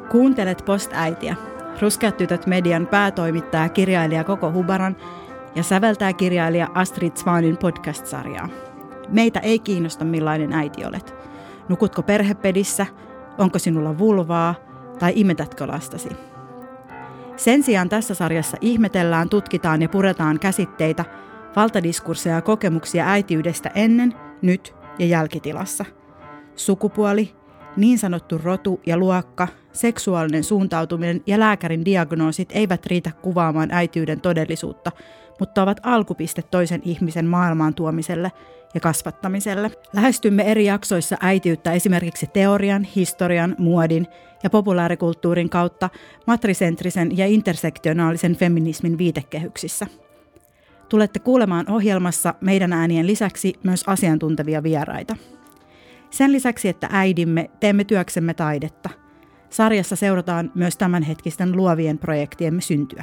Kuuntelet Post-äitiä. Ruskeat tytöt median päätoimittaja, kirjailija Koko Hubaran ja säveltää kirjailija Astrid Svanin podcast-sarjaa. Meitä ei kiinnosta, millainen äiti olet. Nukutko perhepedissä, onko sinulla vulvaa tai imetätkö lastasi? Sen sijaan tässä sarjassa ihmetellään, tutkitaan ja puretaan käsitteitä, valtadiskursseja ja kokemuksia äitiydestä ennen, nyt ja jälkitilassa. Sukupuoli, niin sanottu rotu ja luokka, seksuaalinen suuntautuminen ja lääkärin diagnoosit eivät riitä kuvaamaan äitiyden todellisuutta, mutta ovat alkupiste toisen ihmisen maailmaan tuomiselle ja kasvattamiselle. Lähestymme eri jaksoissa äitiyttä esimerkiksi teorian, historian, muodin ja populaarikulttuurin kautta matrisentrisen ja intersektionaalisen feminismin viitekehyksissä. Tulette kuulemaan ohjelmassa meidän äänien lisäksi myös asiantuntevia vieraita. Sen lisäksi, että äidimme, teemme työksemme taidetta. Sarjassa seurataan myös tämänhetkisten luovien projektiemme syntyä.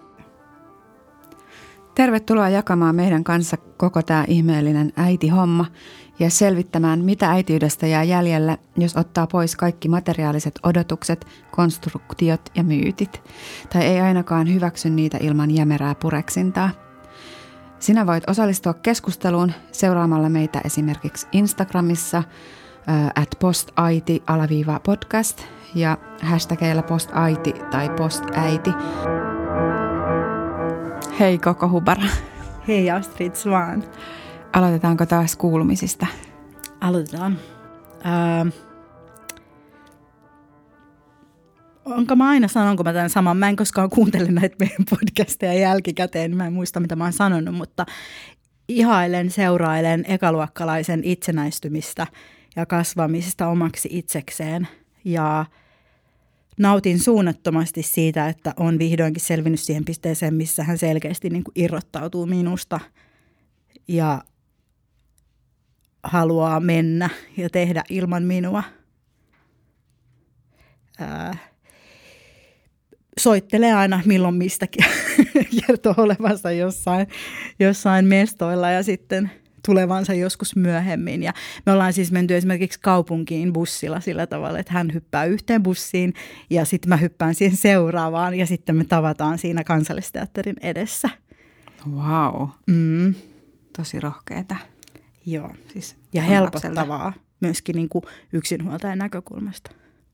Tervetuloa jakamaan meidän kanssa koko tämä ihmeellinen äitihomma ja selvittämään, mitä äitiydestä jää jäljelle, jos ottaa pois kaikki materiaaliset odotukset, konstruktiot ja myytit. Tai ei ainakaan hyväksy niitä ilman jämerää pureksintaa. Sinä voit osallistua keskusteluun seuraamalla meitä esimerkiksi Instagramissa @postaiti_podcast ja hashtageilla postaiti tai postäiti. Hei Koko Hubara. Hei Astrid Svan. Aloitetaanko taas kuulumisista? Aloitetaan. Sanonko mä tämän saman? Mä en koskaan kuuntele näitä meidän podcasteja jälkikäteen. Mä en muista, mitä mä oon sanonut, mutta seurailen ekaluokkalaisen itsenäistymistä ja kasvamista omaksi itsekseen. Ja nautin suunnattomasti siitä, että on vihdoinkin selvinnyt siihen pisteeseen, missä hän selkeästi niin kuin irrottautuu minusta ja haluaa mennä ja tehdä ilman minua. Soittelee aina milloin mistäkin, kertoo olevansa jossain mestoilla ja sitten tulevansa joskus myöhemmin. Ja me ollaan siis menty esimerkiksi kaupunkiin bussilla sillä tavalla, että hän hyppää yhteen bussiin ja sitten mä hyppään siihen seuraavaan ja sitten me tavataan siinä Kansallisteatterin edessä. Vau, tosi rohkeeta. Joo, siis ja helpottavaa myöskin niin kuin yksinhuoltajan näkökulmasta.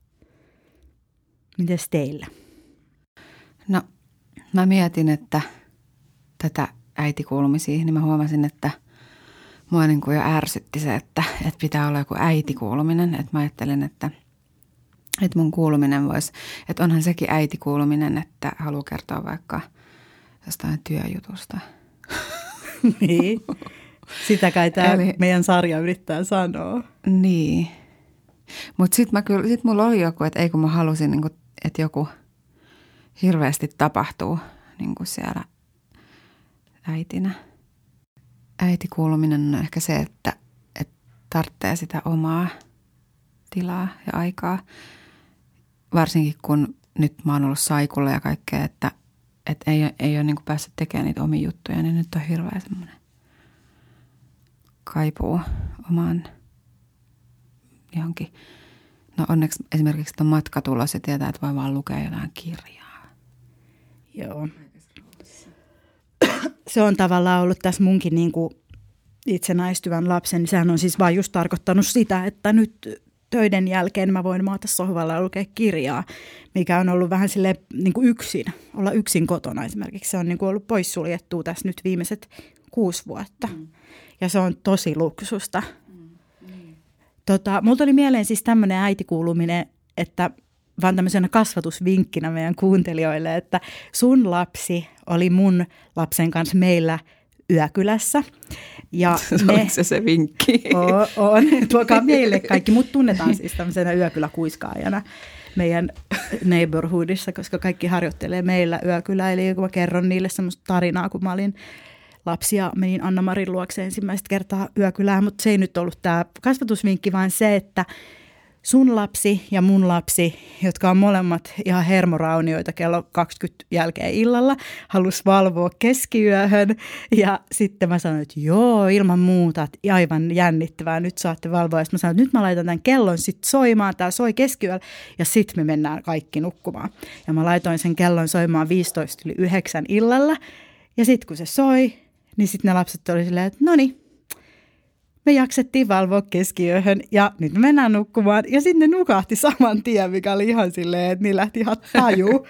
Mites teillä? No, mä mietin, että tätä äitikuulumisiin, niin mä huomasin, että mua niin kuin jo ärsytti se, että pitää olla joku äitikuuluminen. Että mä ajattelin, että mun kuuluminen voisi, että onhan sekin äitikuuluminen, että haluaa kertoa vaikka jostain työjutusta. Niin, sitä kai tämä meidän sarja yrittää sanoa. Niin, mutta sitten mulla oli joku, että ei kun mä halusin, niin kuin, että joku hirveästi tapahtuu niin kuin siellä äitinä. Äitikuuluminen on ehkä se, että tarvitsee sitä omaa tilaa ja aikaa. Varsinkin kun nyt mä oon ollut saikulla ja kaikkea, että ei ole niin kuin päässyt tekemään niitä omia juttuja, niin nyt on hirveä semmoinen kaipuu omaan johonkin. No onneksi esimerkiksi on matkatulos ja tietää, että voi vaan lukea jotain kirjaa. Joo. Se on tavallaan ollut tässä munkin niin kuin itsenäistyvän lapsen, niin sehän on siis vaan just tarkoittanut sitä, että nyt töiden jälkeen mä voin maata sohvalla ja lukea kirjaa, mikä on ollut vähän silleen niin kuin olla yksin kotona esimerkiksi. Se on niin kuin ollut poissuljettua tässä nyt viimeiset 6 vuotta ja se on tosi luksusta. Multa oli mieleen siis tämmöinen äitikuuluminen, että vaan tämmöisenä kasvatusvinkkinä meidän kuuntelijoille, että sun lapsi oli mun lapsen kanssa meillä yökylässä. Ja onko se vinkki? On. Tuokaa meille kaikki. Mut tunnetaan siis tämmöisenä yökyläkuiskaajana meidän neighborhoodissa, koska kaikki harjoittelee meillä yökylää. Eli kun mä kerron niille semmoista tarinaa, kun mä olin lapsi ja menin Anna-Marin luokse ensimmäistä kertaa yökylään. Mutta se ei nyt ollut tämä kasvatusvinkki, vaan se, että sun lapsi ja mun lapsi, jotka on molemmat ihan hermoraunioita kello 20 jälkeen illalla, halusi valvoa keskiyöhön. Ja sitten mä sanoin, että joo, ilman muuta, että aivan jännittävää, nyt saatte valvoa. Ja sitten mä sanoin, että nyt mä laitan tämän kellon sitten soimaan, tää soi keskiyöllä ja sitten me mennään kaikki nukkumaan. Ja mä laitoin sen kellon soimaan 9:15 illalla ja sitten kun se soi, niin sitten ne lapset oli silleen, että noniin. Me jaksettiin valvoa keskiyöhön ja nyt me mennään nukkumaan. Ja sitten ne nukahti saman tien, mikä oli ihan silleen, että niin lähti ihan taju.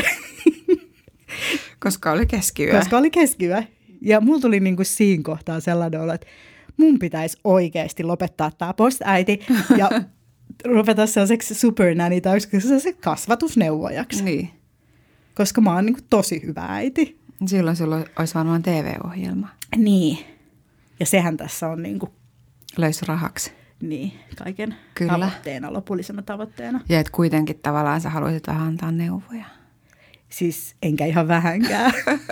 Koska oli keskiyö. Koska oli keskiyö. Ja mulla tuli niinku siinä kohtaa sellainen olo, että mun pitäisi oikeasti lopettaa tämä post-äiti ja ruveta sellaiseksi supernanny tai se kasvatusneuvojaksi. Niin. Koska mä oon niinku tosi hyvä äiti. Silloin sulla olisi varmaan TV-ohjelma. Niin. Ja sehän tässä on niinku löysi rahaksi. Niin, kaiken Kyllä. tavoitteena, lopullisena tavoitteena. Ja et kuitenkin tavallaan sä haluaisit vähän antaa neuvoja. Siis enkä ihan vähänkään.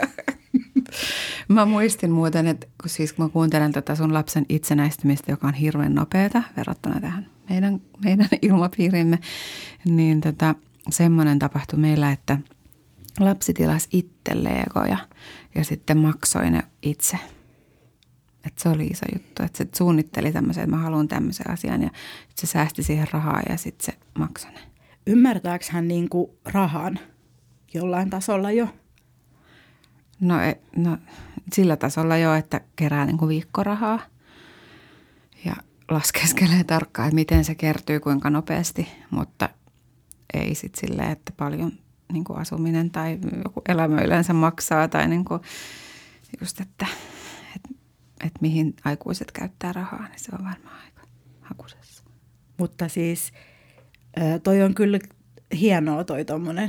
Mä muistin muuten, että kun mä kuuntelen tätä sun lapsen itsenäistymistä, joka on hirveän nopeata verrattuna tähän meidän ilmapiirimme, niin semmoinen tapahtui meillä, että lapsi tilasi itse legoja ja sitten maksoi ne itse. Että se oli iso juttu, että se suunnitteli tämmöisen, että mä haluan tämmöisen asian ja se säästi siihen rahaa ja sitten se maksoi ne. Ymmärtääkö hän niinku rahan jollain tasolla jo? No sillä tasolla jo, että kerää niinku viikkorahaa ja laskeskelee tarkkaan, että miten se kertyy, kuinka nopeasti, mutta ei sitten silleen, että paljon niinku asuminen tai joku elämä yleensä maksaa tai niinku just, että mihin aikuiset käyttää rahaa, niin se on varmaan aika hakusessa. Mutta siis toi on kyllä hienoa toi tommonen.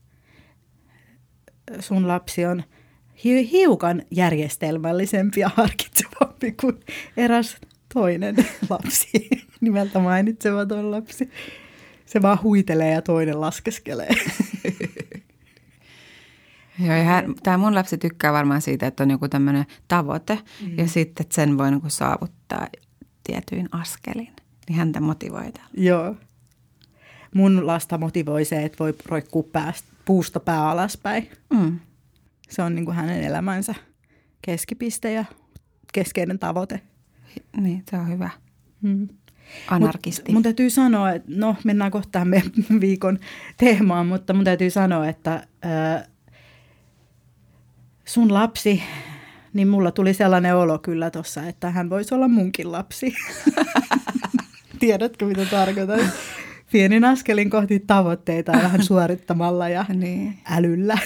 Sun lapsi on hiukan järjestelmällisempi ja harkitsevampi kuin eräs toinen lapsi, nimeltä mainitsematon lapsi. Se vaan huitelee ja toinen laskeskelee. Joo, ja tämä mun lapsi tykkää varmaan siitä, että on joku tämmöinen tavoite ja sitten, että sen voi niinku saavuttaa tietyin askelin. Niin häntä motivoi täällä. Joo. Mun lasta motivoi se, että voi roikkua puusta pää alaspäin. Mm. Se on niinku hänen elämänsä keskipiste ja keskeinen tavoite. Niin, se on hyvä. Anarkisti. Mun täytyy sanoa, että mennään kohtaan meidän viikon teemaan, mutta mun täytyy sanoa, että sun lapsi, niin mulla tuli sellainen olo kyllä tuossa, että hän voisi olla munkin lapsi. Tiedätkö, mitä tarkoitan? Pienin askelin kohti tavoitteita ja vähän suorittamalla ja niin. Älyllä.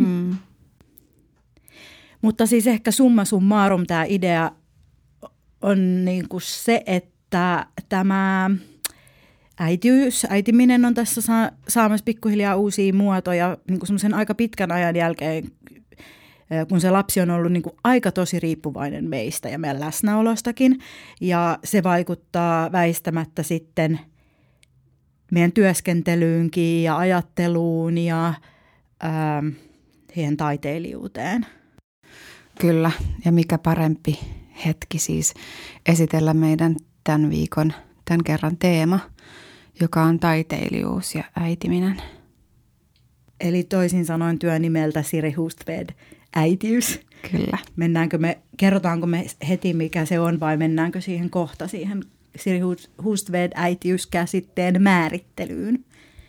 Mutta siis ehkä summa summarum tämä idea on niinku se, että tämä äitiminen on tässä saamassa pikkuhiljaa uusia muotoja niinku semmoisen aika pitkän ajan jälkeen, kun se lapsi on ollut niinku aika tosi riippuvainen meistä ja meidän läsnäolostakin. Ja se vaikuttaa väistämättä sitten meidän työskentelyynkin ja ajatteluun ja heidän taiteilijuuteen. Kyllä, ja mikä parempi hetki siis esitellä meidän tämän kerran teema, joka on taiteilijuus ja äitiminen. Eli toisin sanoen työ nimeltä Siri Hustved, äitiys. Kyllä. Kerrotaanko me heti mikä se on vai mennäänkö siihen kohta siihen Siri Hustved äitiyskäsitteen määrittelyyn?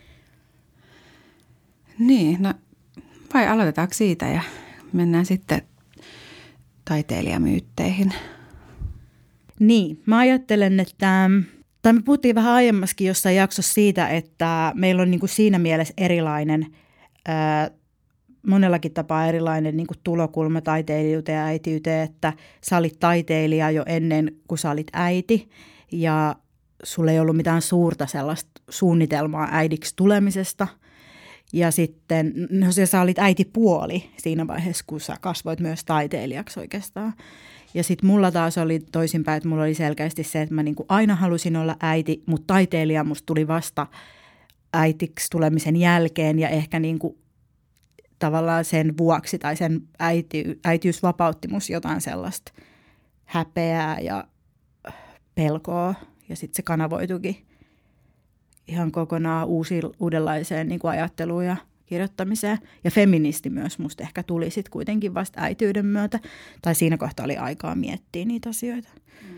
Niin, vai aloitetaanko siitä ja mennään sitten taiteilijamyytteihin? Niin, mä ajattelen, että me puhuttiin vähän aiemmaskin jossain jaksossa siitä, että meillä on niin kuin siinä mielessä erilainen, monellakin tapaa erilainen niin kuin tulokulma taiteilijuuteen ja äitiyteen, että sä olit taiteilija jo ennen kuin sä olit äiti ja sulla ei ollut mitään suurta sellaista suunnitelmaa äidiksi tulemisesta. Ja sitten sä olit äitipuoli siinä vaiheessa, kun sä kasvoit myös taiteilijaksi oikeastaan. Ja sitten mulla taas oli toisinpäin, että mulla oli selkeästi se, että mä niinku aina halusin olla äiti, mutta taiteilija musta tuli vasta äitiksi tulemisen jälkeen ja ehkä niinku tavallaan sen vuoksi tai sen äitiys vapautti musta jotain sellaista häpeää ja pelkoa ja sitten se kanavoituikin ihan kokonaan uudenlaiseen niin kuin ajatteluun ja kirjoittamiseen. Ja feministi myös musta ehkä tuli sitten kuitenkin vasta äitiyden myötä. Tai siinä kohtaa oli aikaa miettiä niitä asioita.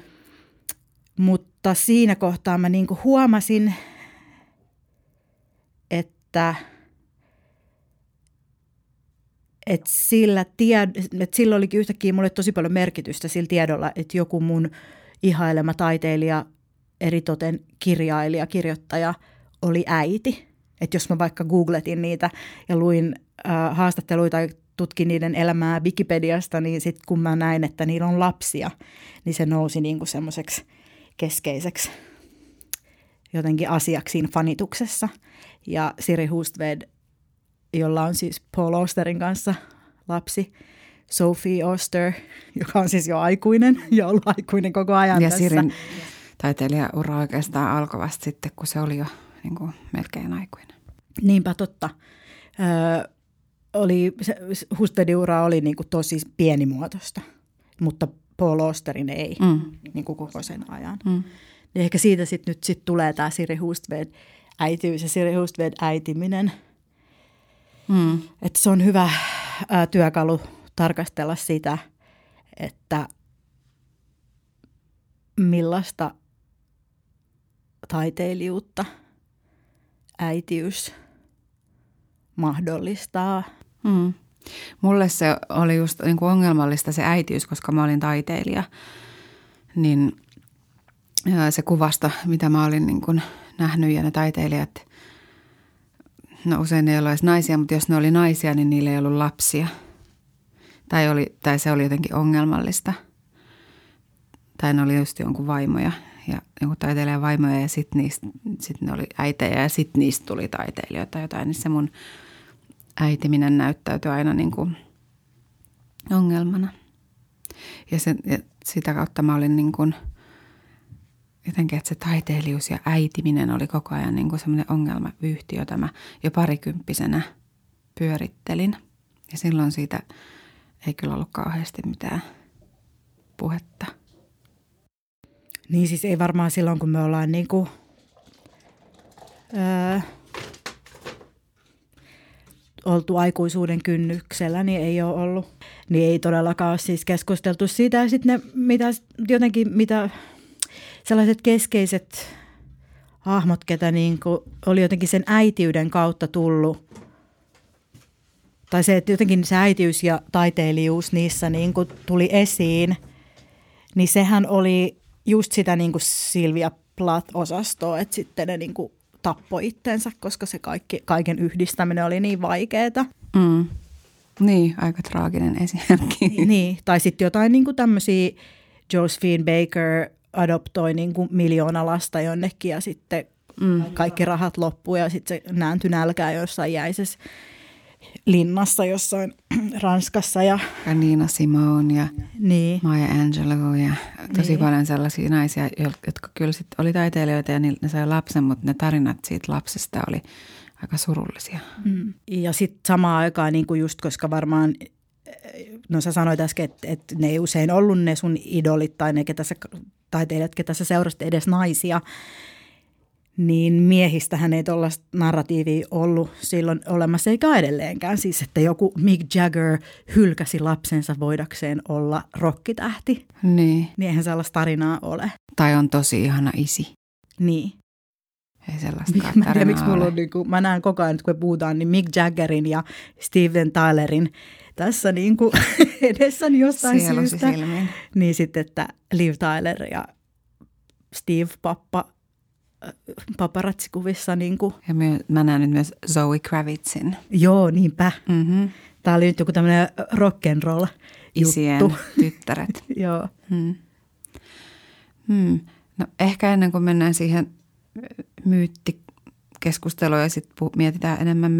Mutta siinä kohtaa mä niin kuin huomasin, että sillä olikin yhtäkkiä mulle tosi paljon merkitystä sillä tiedolla, että joku mun ihailema taiteilija, eritoten kirjailija, kirjoittaja oli äiti. Että jos mä vaikka googletin niitä ja luin haastatteluita tai tutkin niiden elämää Wikipediasta, niin sitten kun mä näin, että niillä on lapsia, niin se nousi niinku semmoiseksi keskeiseksi jotenkin asiaksi siinä fanituksessa. Ja Siri Hustved, jolla on siis Paul Austerin kanssa lapsi, Sophie Auster, joka on siis jo aikuinen ja ollut aikuinen koko ajan ja tässä. Ja Sirin taiteilijaura oikeastaan alkoi vasta sitten, kun se oli jo niin kuin melkein aikuinen. Niinpä totta. Hustvedin ura oli niin kuin tosi pienimuotoista, mutta Paul Austerin ei niin kuin koko sen ajan. Ja ehkä siitä nyt tulee tämä Siri Hustved äitiys ja Siri Hustved äitiminen. Että se on hyvä työkalu tarkastella sitä, että millaista taiteilijuutta äitiys mahdollistaa. Mulle se oli just niin kuin ongelmallista se äitiys, koska mä olin taiteilija. Niin se kuvasta, mitä mä olin niin kuin nähnyt ja ne taiteilijat, no usein ne ei ole edes naisia, mutta jos ne oli naisia, niin niillä ei ollut lapsia. Tai se oli jotenkin ongelmallista. Tai ne oli just jonkun vaimoja ja jonkun taiteilijan vaimoja ja sitten ne oli äitejä ja sitten niistä tuli taiteilijoita tai jotain. Niin se mun äitiminen näyttäytyi aina niin kuin ongelmana. Ja sitä kautta mä olin niin kuin jotenkin, että se taiteilijuus ja äitiminen oli koko ajan niin kuin semmoinen ongelmavyyhti, jota mä jo parikymppisenä pyörittelin. Ja silloin siitä ei kyllä ollut kauheasti mitään puhetta. Niin siis ei varmaan silloin, kun me ollaan niin kuin, oltu aikuisuuden kynnyksellä, niin ei ole ollut. Niin ei todellakaan ole siis keskusteltu siitä. Ja sitten mitä sellaiset keskeiset hahmot, ketä niin kuin oli jotenkin sen äitiyden kautta tullut. Tai se, että jotenkin se äitiys ja taiteilijuus niissä niin kuin tuli esiin, niin sehän oli just sitä niin kuin Sylvia Plath-osastoa, että sitten ne niin kuin tappoi itsensä, koska se kaiken yhdistäminen oli niin vaikeaa. Niin, aika traaginen esimerkki. Niin, tai sitten jotain niin kuin tämmöisiä, Josephine Baker adoptoi niin kuin 1 miljoona lasta jonnekin ja sitten kaikki rahat loppuu ja sitten se nääntyi nälkään jossain jäisessä linnassa jossain Ranskassa. Ja Nina Simone ja niin. Maya Angelou ja tosi paljon sellaisia naisia, jotka kyllä sitten oli taiteilijoita ja ne sai lapsen, mutta ne tarinat siitä lapsesta oli aika surullisia. Ja sitten samaan aikaan, niin kuin just koska varmaan, no sä sanoit äsken, että ne ei usein ollut ne sun idolit tai ne taiteilijat, ketä sä seurasit edes naisia, niin miehistähän ei tuollaista narratiivia ollut silloin olemassa eikä edelleenkään. Siis, että joku Mick Jagger hylkäsi lapsensa voidakseen olla rokkitähti. Niin. Niin eihän sellaista tarinaa ole. Tai on tosi ihana isi. Niin. Ei sellaistakaan Mä en tiedä, tarinaa miksi mulla ole. on, niin kuin, mä näen koko ajan, kun me puhutaan, niin Mick Jaggerin ja Steven Tylerin tässä niin kuin edessäni jostain Sielusi syystä. silmiin. Niin sitten, että Liv Tyler ja Steve paparazzi-kuvissa. Niin kuin. Ja mä näen nyt myös Zoe Kravitzin. Joo, niinpä. Mm-hmm. Tämä oli nyt joku tämmöinen rock'n'roll Isien juttu. tyttäret. Joo. No ehkä ennen kuin mennään siihen myyttikeskusteluun ja sitten mietitään enemmän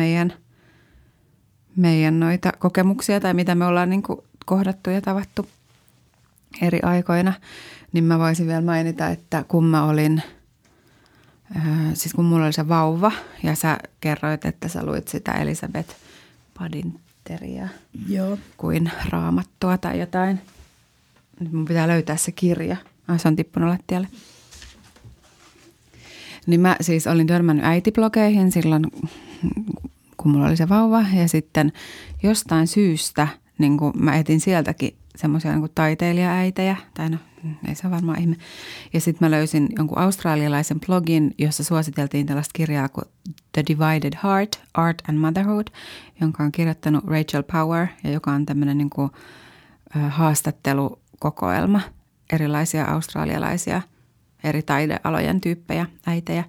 meidän noita kokemuksia tai mitä me ollaan niin kuin kohdattu ja tavattu eri aikoina, niin mä voisin vielä mainita, että kun mä olin, siis kun mulla oli se vauva ja sä kerroit, että sä luit sitä Elisabeth Badinteria kuin Raamattua tai jotain. Nyt mun pitää löytää se kirja. Se on tippunut lattialle. Niin mä siis olin törmännyt äitiblogeihin silloin, kun mulla oli se vauva. Ja sitten jostain syystä niin kuin mä etin sieltäkin semmoisia niin kuin taiteilijaäitejä. Tai no, ei se ole varmaan ihme. Ja sitten mä löysin jonkun australialaisen blogin, jossa suositeltiin tällaista kirjaa kuin The Divided Heart, Art and Motherhood, jonka on kirjoittanut Rachel Power ja joka on tämmöinen niin kuin haastattelukokoelma. Erilaisia australialaisia eri taidealojen tyyppejä, äitejä.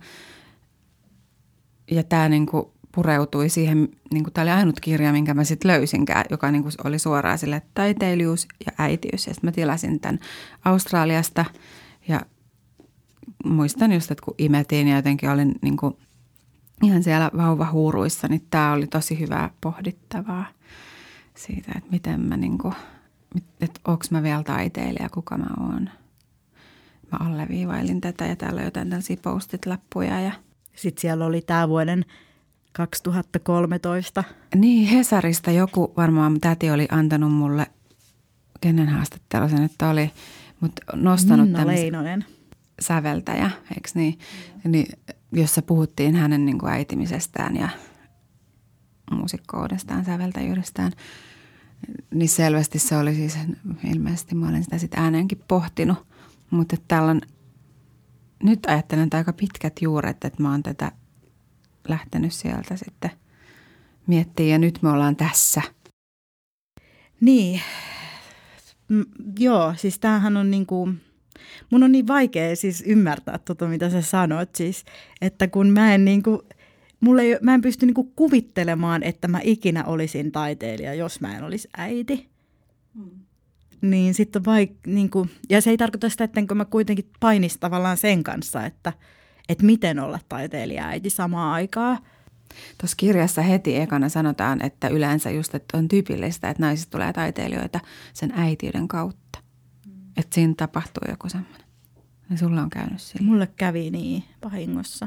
Ja tämä niinku pureutui siihen, niinku tämä oli ainut kirja, minkä mä sitten löysinkään, joka niinku oli suoraan sille taiteilijuus ja äitiys. Ja sitten mä tilasin tämän Australiasta ja muistan just, että kun imetin ja jotenkin olin niinku ihan siellä vauvahuuruissa, niin tämä oli tosi hyvää pohdittavaa siitä, että miten mä niinku, että onko mä vielä taiteilija, kuka mä oon. Mä alleviivailin tätä ja täällä on jotain tällaisia postit-lappuja. Ja sitten siellä oli tämä vuoden 2013. Niin, Hesarista joku varmaan täti oli antanut mulle, kenen haastattelu se nyt oli, mutta nostanut Minna Leinonen. Säveltäjä, eikö niin? Niin, jossa puhuttiin hänen niin kuin äitimisestään ja muusikkoudestaan, säveltäjyydestään. Niin selvästi se oli siis, ilmeisesti mä olen sitä sitten ääneenkin pohtinut. Mutta täällä on, nyt ajattelen, että aika pitkät juuret, että mä oon tätä lähtenyt sieltä sitten miettimään ja nyt me ollaan tässä. Niin, joo, siis tämähän on niinku, mun on niin vaikea siis ymmärtää mitä sä sanot siis, että kun mä en niinku, mä en pysty niinku kuvittelemaan, että mä ikinä olisin taiteilija, jos mä en olisi äiti. Niin sitten niinku, ja se ei tarkoita sitä, että mä kuitenkin painis tavallaan sen kanssa, että miten olla taiteilija äiti samaan aikaan. Tuossa kirjassa heti ekana sanotaan, että yleensä just, että on tyypillistä, että naisista tulee taiteilijoita sen äitiyden kautta. Että siinä tapahtuu joku semmoinen. Ja sulla on käynyt sillä. Mulle kävi niin vahingossa.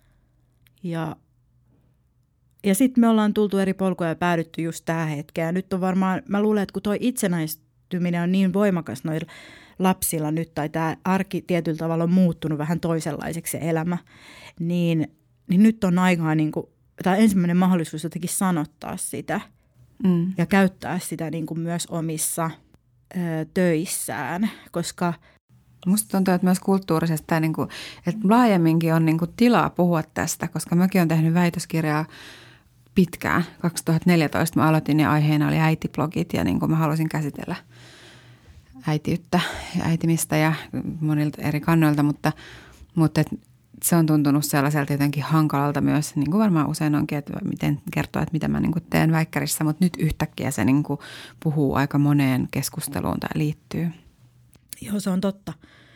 Ja sitten me ollaan tultu eri polkuja ja päädytty just tähän hetkeen. Ja nyt on varmaan, mä luulen, että kun toi itsenäistyminen on niin voimakas noilla lapsilla nyt, tai tämä arki tietyllä tavalla on muuttunut vähän toisenlaiseksi se elämä, niin nyt on aikaa niin kuin, tai ensimmäinen mahdollisuus jotenkin sanottaa sitä ja käyttää sitä niin kuin myös omissa töissään, koska musta tuntuu, että myös kulttuurisesti tämä, niin kuin, että laajemminkin on niin kuin tilaa puhua tästä, koska mäkin olen tehnyt väitöskirjaa pitkään. 2014 mä aloitin ja aiheena oli äitiblogit ja niin kuin mä halusin käsitellä äitiyttä ja äitimistä ja monilta eri kannoilta, mutta se on tuntunut sellaiselta jotenkin hankalalta myös, niin kuin varmaan usein onkin, että miten kertoa, että mitä mä niin kuin teen väikkärissä, mutta nyt yhtäkkiä se niin kuin puhuu aika moneen keskusteluun tai liittyy. Joo, se on totta.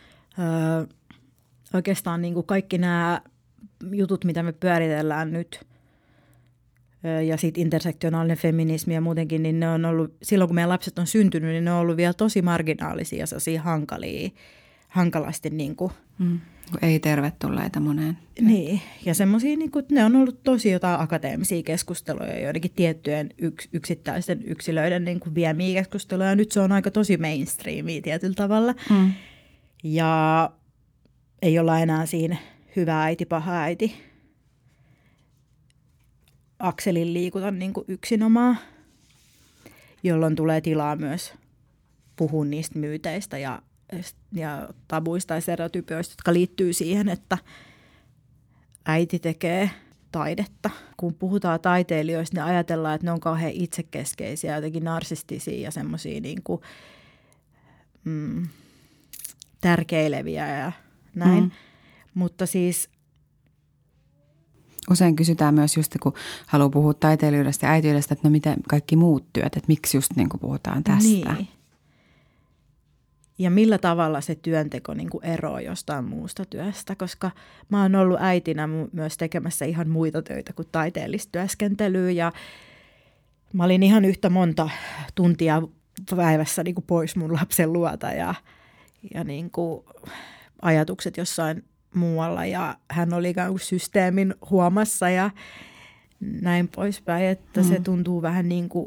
Oikeastaan niin kuin kaikki nämä jutut, mitä me pyöritellään nyt, ja sitten intersektionaalinen feminismi ja muutenkin, niin ne on ollut, silloin kun meidän lapset on syntynyt, niin ne on ollut vielä tosi marginaalisia ja sellaisia hankalasti niin kuin. Ei tervetulleita moneen. Niin, ja semmoisia, niin kuin, ne on ollut tosi jotain akateemisia keskusteluja, joidenkin tiettyjen yksittäisten yksilöiden niin kuin viemiä keskusteluja, ja nyt se on aika tosi mainstreamia tietyllä tavalla. Ja ei olla enää siinä hyvä äiti, paha äiti akselin liikuta niin kuin yksinomaan, jolloin tulee tilaa myös puhua niistä myyteistä ja tabuista ja stereotypioista, jotka liittyy siihen, että äiti tekee taidetta. Kun puhutaan taiteilijoista, niin ajatellaan, että ne on kauhean itsekeskeisiä, jotenkin narsistisia ja semmoisia niin kuin, tärkeileviä ja näin. Mutta siis usein kysytään myös just, kun haluaa puhua taiteilijuudesta ja äitiydestä, että no miten kaikki muut työt, että miksi just niin kuin puhutaan tästä. Niin. Ja millä tavalla se työnteko niin kuin eroaa jostain muusta työstä, koska mä oon ollut äitinä myös tekemässä ihan muita töitä kuin taiteellista työskentelyä. Ja mä olin ihan yhtä monta tuntia päivässä niin kuin pois mun lapsen luota ja niin kuin ajatukset jossain muualla. Ja hän oli ikään kuin systeemin huomassa ja näin poispäin, että se tuntuu vähän niin kuin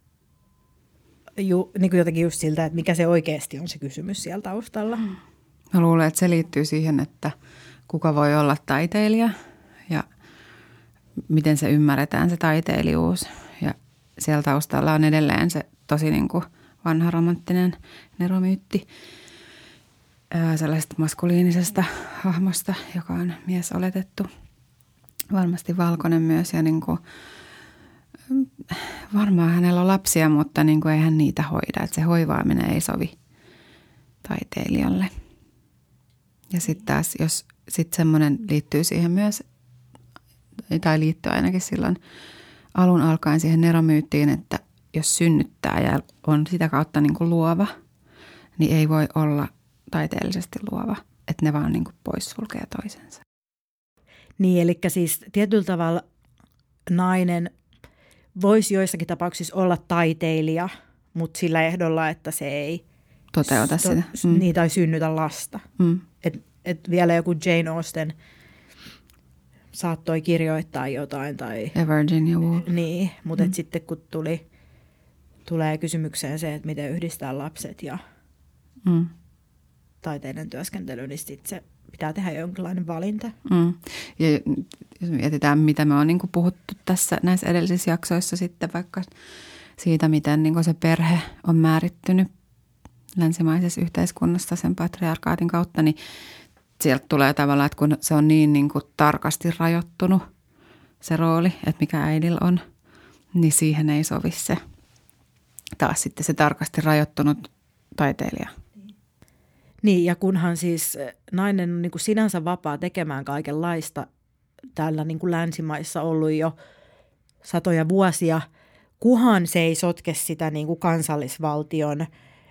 niin kuin jotenkin just siltä, että mikä se oikeasti on se kysymys siellä taustalla. Mä luulen, että se liittyy siihen, että kuka voi olla taiteilija ja miten se ymmärretään se taiteilijuus. Ja siellä taustalla on edelleen se tosi niin kuin vanha romanttinen neromyytti sellaisesta maskuliinisesta hahmosta, joka on mies oletettu. Varmasti valkoinen myös ja niin kuin, varmaan hänellä on lapsia, mutta niin kuin ei hän niitä hoida. Että se hoivaaminen ei sovi taiteilijalle. Ja sitten taas, jos sitten semmoinen liittyy siihen myös, tai liittyy ainakin silloin alun alkaen siihen neromyyttiin, että jos synnyttää ja on sitä kautta niin kuin luova, niin ei voi olla taiteellisesti luova. Että ne vaan niin kuin poissulkee toisensa. Niin, eli siis tietyllä tavalla nainen voisi joissakin tapauksissa olla taiteilija, mutta sillä ehdolla, että se ei toteuta sitä. Niin, tai synnytä lasta. Et vielä joku Jane Austen saattoi kirjoittaa jotain. Tai ja Virginia Woolf. Niin, mutta sitten kun tulee kysymykseen se, että miten yhdistää lapset ja taiteiden työskentely, niin sitten se pitää tehdä jonkinlainen valinta. Ja jos mietitään, mitä me on niin kuin puhuttu tässä näissä edellisissä jaksoissa sitten vaikka siitä, miten niin kuin se perhe on määrittynyt länsimaisessa yhteiskunnassa sen patriarkaatin kautta, niin sieltä tulee tavallaan, että kun se on niin kuin tarkasti rajoittunut se rooli, että mikä äidillä on, niin siihen ei sovi se taas sitten se tarkasti rajoittunut taiteilija. Niin, ja kunhan siis nainen on niin kuin sinänsä vapaa tekemään kaikenlaista täällä niin kuin länsimaissa ollut jo satoja vuosia, kunhan se ei sotke sitä niin kuin kansallisvaltion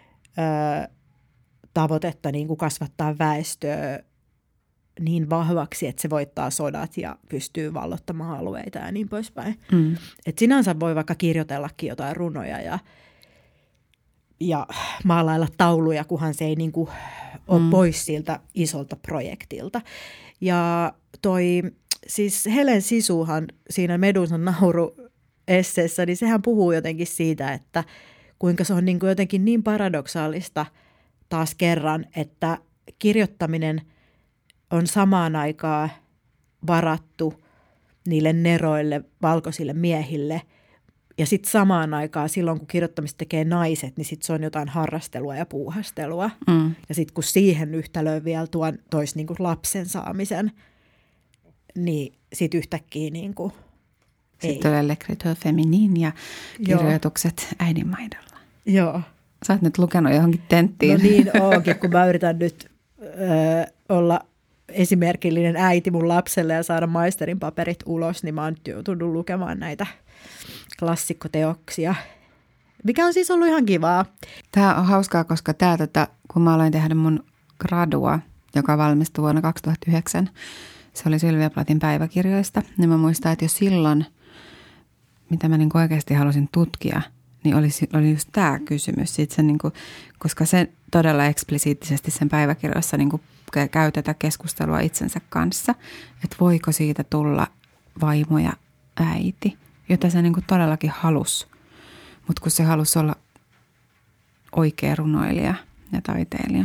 tavoitetta niin kuin kasvattaa väestöä niin vahvaksi, että se voittaa sodat ja pystyy vallottamaan alueita ja niin poispäin. Et sinänsä voi vaikka kirjoitellakin jotain runoja ja maalailla tauluja, kunhan se ei niin kuin ole pois siltä isolta projektilta. Ja siis Helen Sisuhan siinä Medusan nauru-esseessä, niin sehän puhuu jotenkin siitä, että kuinka se on niin kuin jotenkin niin paradoksaalista taas kerran, että kirjoittaminen on samaan aikaan varattu niille neroille, valkoisille miehille. Ja sitten samaan aikaan silloin, kun kirjoittamista tekee naiset, niin sitten se on jotain harrastelua ja puuhastelua. Ja sitten kun siihen yhtälöön vielä toisi niin kuin lapsen saamisen, niin sitten yhtäkkiä niin kuin sitten tulee l'écriture féminine ja kirjoitukset äidinmaidolla. Joo. Sä oot nyt lukenut johonkin tenttiin. No niin onkin, kun mä yritän nyt olla esimerkillinen äiti mun lapselle ja saada maisterin paperit ulos, niin mä oon nyt joutunut lukemaan näitä klassikkoteoksia, mikä on siis ollut ihan kivaa. Tämä on hauskaa, koska kun mä aloin tehdä mun gradua, joka valmistui vuonna 2009, se oli Sylvia Plathin päiväkirjoista, niin mä muistan, että jo silloin, mitä mä niin oikeasti halusin tutkia, niin oli just tämä kysymys. Se niin kuin, koska se todella eksplisiittisesti sen päiväkirjoissa niin kuin käy tätä keskustelua itsensä kanssa, että voiko siitä tulla vaimo ja äiti, jota se niin kuin todellakin halusi. Mutta kun se halusi olla oikea runoilija ja taiteilija.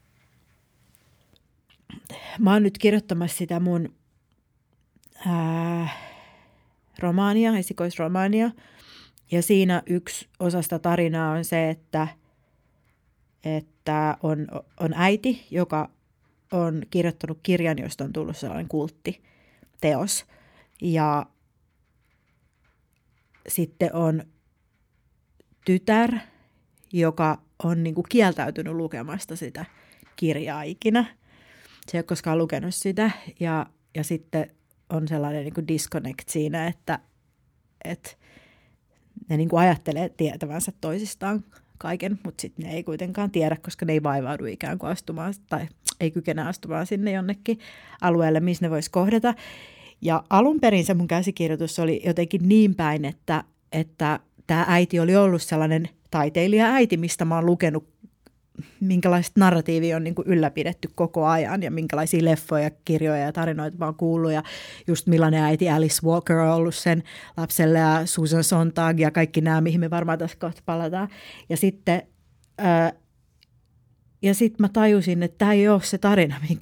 Mä oon nyt kirjoittamassa sitä mun romaania, esikoisromaania. Ja siinä yksi osa sitä tarinaa on se, että on äiti, joka on kirjoittanut kirjan, josta on tullut sellainen kulttiteos. Ja sitten on tytär, joka on niin kuin kieltäytynyt lukemasta sitä kirjaa ikinä. Se ei ole koskaan lukenut sitä. Ja sitten on sellainen niin kuin disconnect siinä, että ne niin kuin ajattelee tietävänsä toisistaan kaiken, mutta sitten ne ei kuitenkaan tiedä, koska ne ei vaivaudu ikään kuin astumaan tai ei kykene astumaan sinne jonnekin alueelle, missä ne vois kohdata. Ja alun perin se mun käsikirjoitus oli jotenkin niin päin, että tämä äiti oli ollut sellainen taiteilija-äiti, mistä mä oon lukenut, minkälaista narratiivia on niin kuin ylläpidetty koko ajan ja minkälaisia leffoja, kirjoja ja tarinoita mä oon kuullut ja just millainen äiti Alice Walker on ollut sen lapselle ja Susan Sontag ja kaikki nämä, mihin me varmaan tässä kohta palataan. Ja sitten mä tajusin, että tämä ei ole se tarina,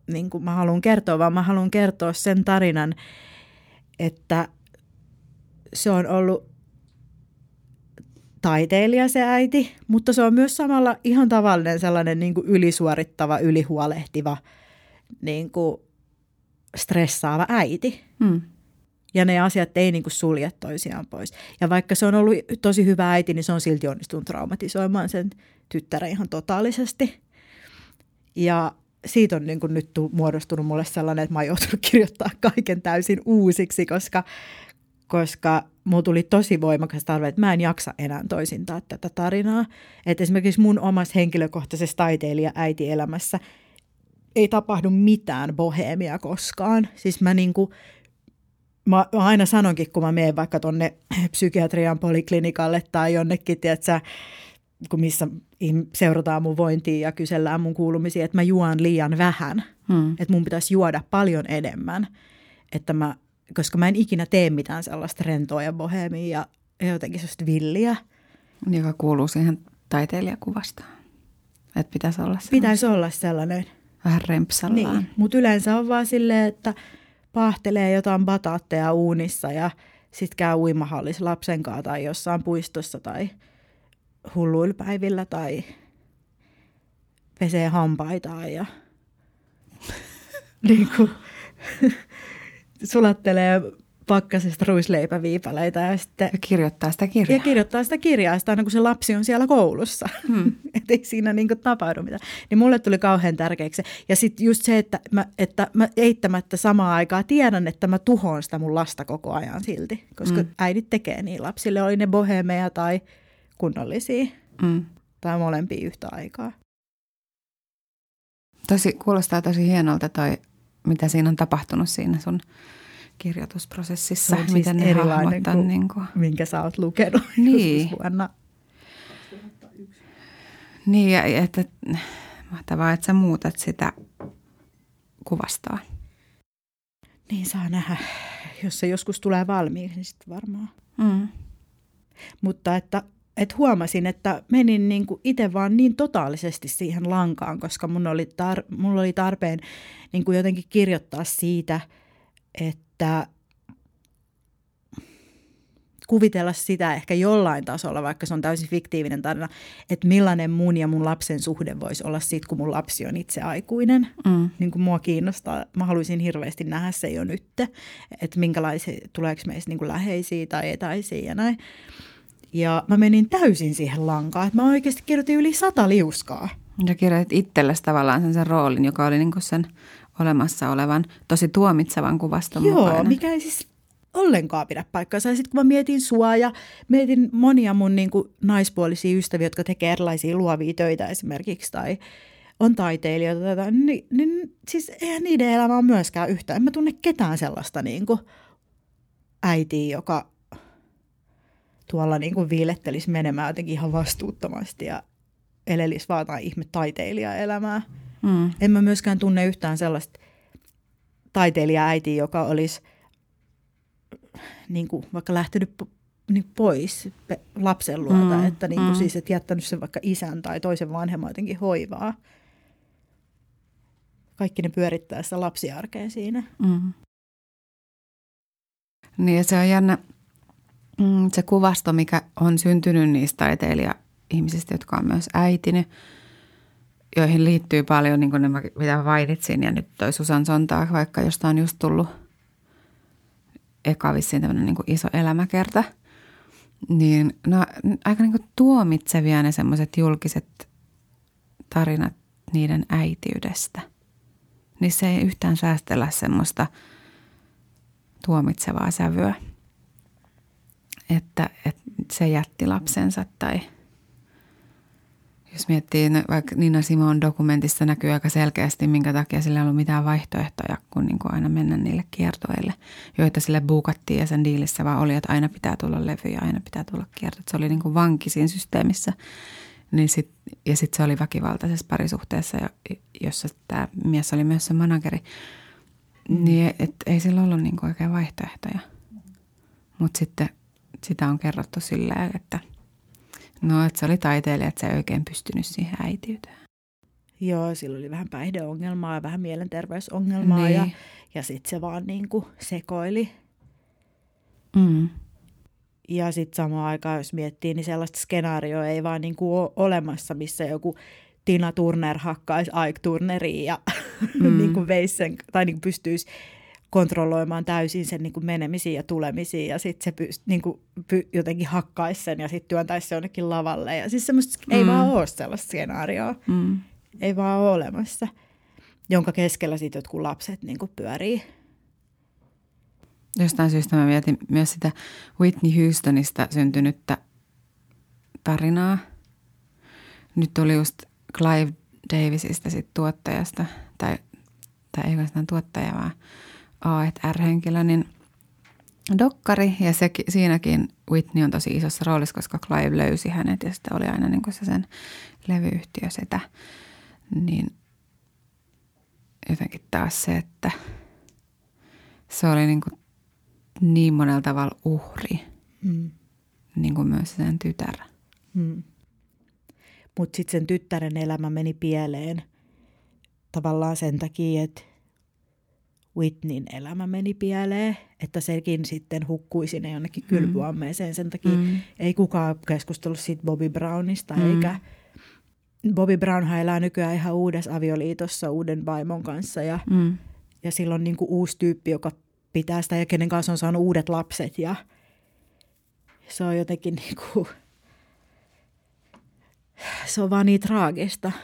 niin kuin mä haluan kertoa, vaan mä haluan kertoa sen tarinan, että se on ollut taiteilija se äiti, mutta se on myös samalla ihan tavallinen sellainen niin kuin ylisuorittava, ylihuolehtiva, niin kuin stressaava äiti. Ja ne asiat ei niin kuin sulje toisiaan pois. Ja vaikka se on ollut tosi hyvä äiti, niin se on silti onnistunut traumatisoimaan sen tyttären ihan totaalisesti. Ja siitä on niin kuin nyt muodostunut mulle sellainen, että mä oon joutunut kirjoittaa kaiken täysin uusiksi, koska mulla tuli tosi voimakas tarve, että mä en jaksa enää toisintaa tätä tarinaa. Että esimerkiksi mun omassa henkilökohtaisessa taiteilija-äiti-elämässä ei tapahdu mitään boheemia koskaan. Siis mä aina sanonkin, kun mä menen vaikka tonne psykiatrian poliklinikalle tai jonnekin, tiedätkö, missä seurataan mun vointia ja kysellään mun kuulumisia, että mä juon liian vähän. Että mun pitäisi juoda paljon enemmän, koska mä en ikinä tee mitään sellaista rentoa ja boheemia ja jotenkin sellaista villiä. Joka kuuluu siihen taiteilijakuvasta. Että pitäisi olla sellainen. Vähän rempsallaan. Niin, mutta yleensä on vaan silleen, että pahtelee jotain bataatteja uunissa ja sitten käy uimahallissa lapsen kanssa tai jossain puistossa tai hulluilla päivillä tai pesee hampaitaan ja niin kuin, sulattelee pakkasesta ruisleipäviipaleita ja sitten kirjoittaa sitä kirjaa. Ja kirjoittaa sitä kirjaa sitä aina, kun se lapsi on siellä koulussa. Että ei siinä niin kuin tapahdu mitään. Niin mulle tuli kauhean tärkeäksi. Ja sitten just se, että mä eittämättä samaan aikaan tiedän, että mä tuhoan sitä mun lasta koko ajan silti. Koska äidit tekee niin lapsille, oli ne bohemeja tai kunnollisia. Tai molempia yhtä aikaa. Kuulostaa tosi hienolta toi, mitä siinä on tapahtunut siinä sun kirjoitusprosessissa. Se on miten siis ne erilainen kuin niin kuin minkä sä oot lukenut niin. vuonna. Niin, ja että mahtavaa, että sä muutat sitä kuvastaa. Niin saa nähdä. Jos se joskus tulee valmiiksi, niin sitten varmaan. Mutta että huomasin, että menin niin kuin itse vaan niin totaalisesti siihen lankaan, koska mulla oli tarpeen niin kuin jotenkin kirjoittaa siitä, että kuvitella sitä ehkä jollain tasolla, vaikka se on täysin fiktiivinen tarina, että millainen mun ja mun lapsen suhde voisi olla siitä, kun mun lapsi on itse aikuinen. Niin kuin mua kiinnostaa. Mä haluaisin hirveästi nähdä se jo nyt, että minkälaisia, tuleeko meistä niin kuin läheisiä tai etäisiä ja näin. Ja mä menin täysin siihen lankaan, että mä oikeasti kirjoitin yli 100 liuskaa. Ja kirjoitit itsellesi tavallaan sen roolin, joka oli niin kuin sen olemassa olevan, tosi tuomitsevan kuvaston mukana. Joo, mikä ei siis ollenkaan pidä paikkaansa. Ja sitten kun mä mietin sua ja mietin monia mun niin kuin naispuolisia ystäviä, jotka tekee erilaisia luovia töitä esimerkiksi tai on taiteilijoita, niin siis eihän niiden elämä ole myöskään yhtään. En mä tunne ketään sellaista niin kuin äitiä, joka tuolla niin kuin viilettelisi menemään jotenkin ihan vastuuttomasti ja elelisi vaan jotain ihme taiteilijaelämää. En mä myöskään tunne yhtään sellaista taiteilija-äitiä, joka olisi niin kuin vaikka lähtenyt pois lapsen luota, että, niin kuin siis, että jättänyt sen vaikka isän tai toisen vanhemman jotenkin hoivaa. Kaikki ne pyörittää sitä lapsiarkea siinä. Niin ja se on jännä se kuvasto, mikä on syntynyt niistä taiteilija-ihmisistä, jotka on myös äitini, joihin liittyy paljon, niin kuin ne, mitä mainitsin, ja nyt toi Susan Sontag, vaikka josta on just tullut eka vissiin tämmöinen niin kuin iso elämäkerta, niin no, aika niin kuin tuomitsevia ne semmoiset julkiset tarinat niiden äitiydestä. Niin se ei yhtään säästellä semmoista tuomitsevaa sävyä, että se jätti lapsensa tai jos miettii, vaikka Nina Simon dokumentissa näkyy aika selkeästi, minkä takia sillä ei ollut mitään vaihtoehtoja, kun niin kuin aina mennä niille kiertoille, joita sille buukattiin ja sen diilissä vaan oli, että aina pitää tulla levy ja aina pitää tulla kierto. Se oli niin kuin vanki siinä systeemissä. Niin sitten se oli väkivaltaisessa parisuhteessa, jossa tämä mies oli myös se manageri. Niin ei sillä ollut niin kuin oikein vaihtoehtoja. Mutta sitten sitä on kerrottu silleen, että no, että se oli taiteilija, että se ei oikein pystynyt siihen äitiyteen. Joo, sillä oli vähän päihdeongelmaa ja vähän mielenterveysongelmaa Niin. ja sitten se vaan niinku sekoili. Mm. Ja sitten samaan aikaan, jos miettii, niin sellaista skenaarioa ei vaan niinku ole olemassa, missä joku Tina Turner hakkaisi Ike Turneria ja niinku veisi sen, tai niinku pystyisi kontrolloimaan täysin sen niinku menemisiin ja tulemisiin ja sitten se jotenkin hakkaisi sen ja sitten työntäisi se jonnekin lavalle. Ja siis semmoista ei vaan ole sellaista skenaarioa. Ei vaan ole olemassa, jonka keskellä sitten jotkut lapset niinku pyörii. Jostain syystä mä mietin myös sitä Whitney Houstonista syntynyttä tarinaa. Nyt tuli just Clive Davisista sit tuottajasta, tai ei oikeastaan tuottaja, vaan A&R-henkilö, niin dokkari. Ja siinäkin Whitney on tosi isossa roolissa, koska Clive löysi hänet ja sitten oli aina niin kuin se sen levyyhtiö sitä. Niin jotenkin taas se, että se oli niin monella tavalla uhri, niin kuin myös sen tytär. Mutta sitten sen tyttären elämä meni pieleen tavallaan sen takia, että Whitneyn elämä meni pieleen, että sekin sitten hukkui sinne jonnekin kylpyammeeseen. Sen takia ei kukaan keskustellut siitä Bobby Brownista, eikä Bobby Brownhan elää nykyään ihan uudessa avioliitossa uuden vaimon kanssa ja sillä on niinku uusi tyyppi, joka pitää sitä ja kenen kanssa on saanut uudet lapset ja se on jotenkin niinku, se on vaan niin traagista.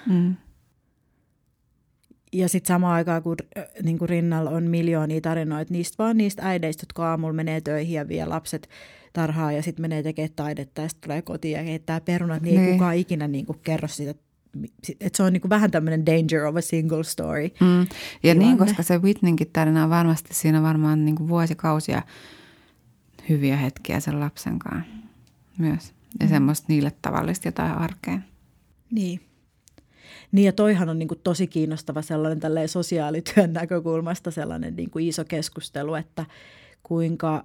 Ja sitten samaan aikaan, kun niinku rinnalla on miljoonia tarinoita niistä äideistä, jotka aamulla menee töihin ja vie lapset tarhaan ja sitten menee tekemään taidetta ja sitten tulee kotiin ja keittää perunat, niin ei kukaan ikinä niinku kerro sitä. Että se on niinku vähän tämmöinen danger of a single story. Ja tilanne. niin, koska se Whitneynkin tarina on varmasti siinä varmaan niinku vuosikausia hyviä hetkiä sen lapsen kanssa myös. Ja semmoista niille tavallista jotain arkea. Niin. Niin ja toihan on niinku tosi kiinnostava sellainen tälleen sosiaalityön näkökulmasta sellainen niinku iso keskustelu, että kuinka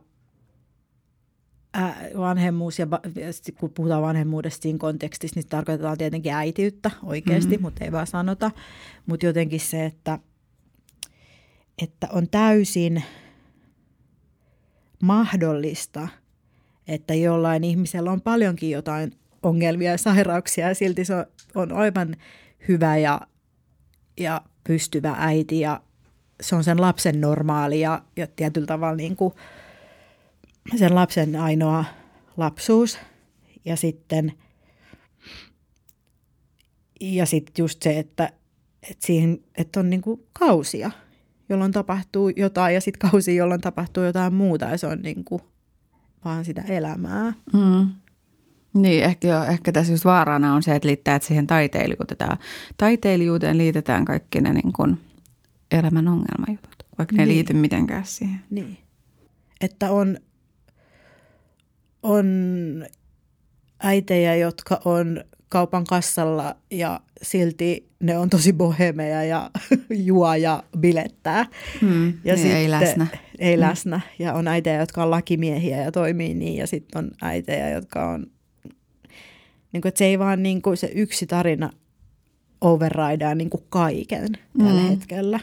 vanhemmuus ja kun puhutaan vanhemmuudesta siinä kontekstissa, niin tarkoitetaan tietenkin äitiyttä oikeasti, mutta ei vaan sanota. Mutta jotenkin se, että on täysin mahdollista, että jollain ihmisellä on paljonkin jotain ongelmia ja sairauksia ja silti se on aivan hyvä ja pystyvä äiti ja se on sen lapsen normaali ja tietyllä tavalla niin kuin sen lapsen ainoa lapsuus ja sitten just se, että on niin kuin kausia, jolloin tapahtuu jotain ja sitten kausia, jolloin tapahtuu jotain muuta ja se on niin kuin vaan sitä elämää. Niin, ehkä tässä just vaarana on se, että liittää siihen taiteilijuuteen liitetään kaikki ne niin kuin elämän ongelmajutut, vaikka ne ei liity mitenkään siihen. Niin, että on äitejä, jotka on kaupan kassalla ja silti ne on tosi bohemeja ja juo ja bilettää. Ja niin ei läsnä. Ei läsnä. Ja on äitejä, jotka on lakimiehiä ja toimii niin. Ja sitten on äitejä, jotka on, niin kuin, että se ei vaan niin kuin se yksi tarina overrideaa niin kuin kaiken tällä hetkellä.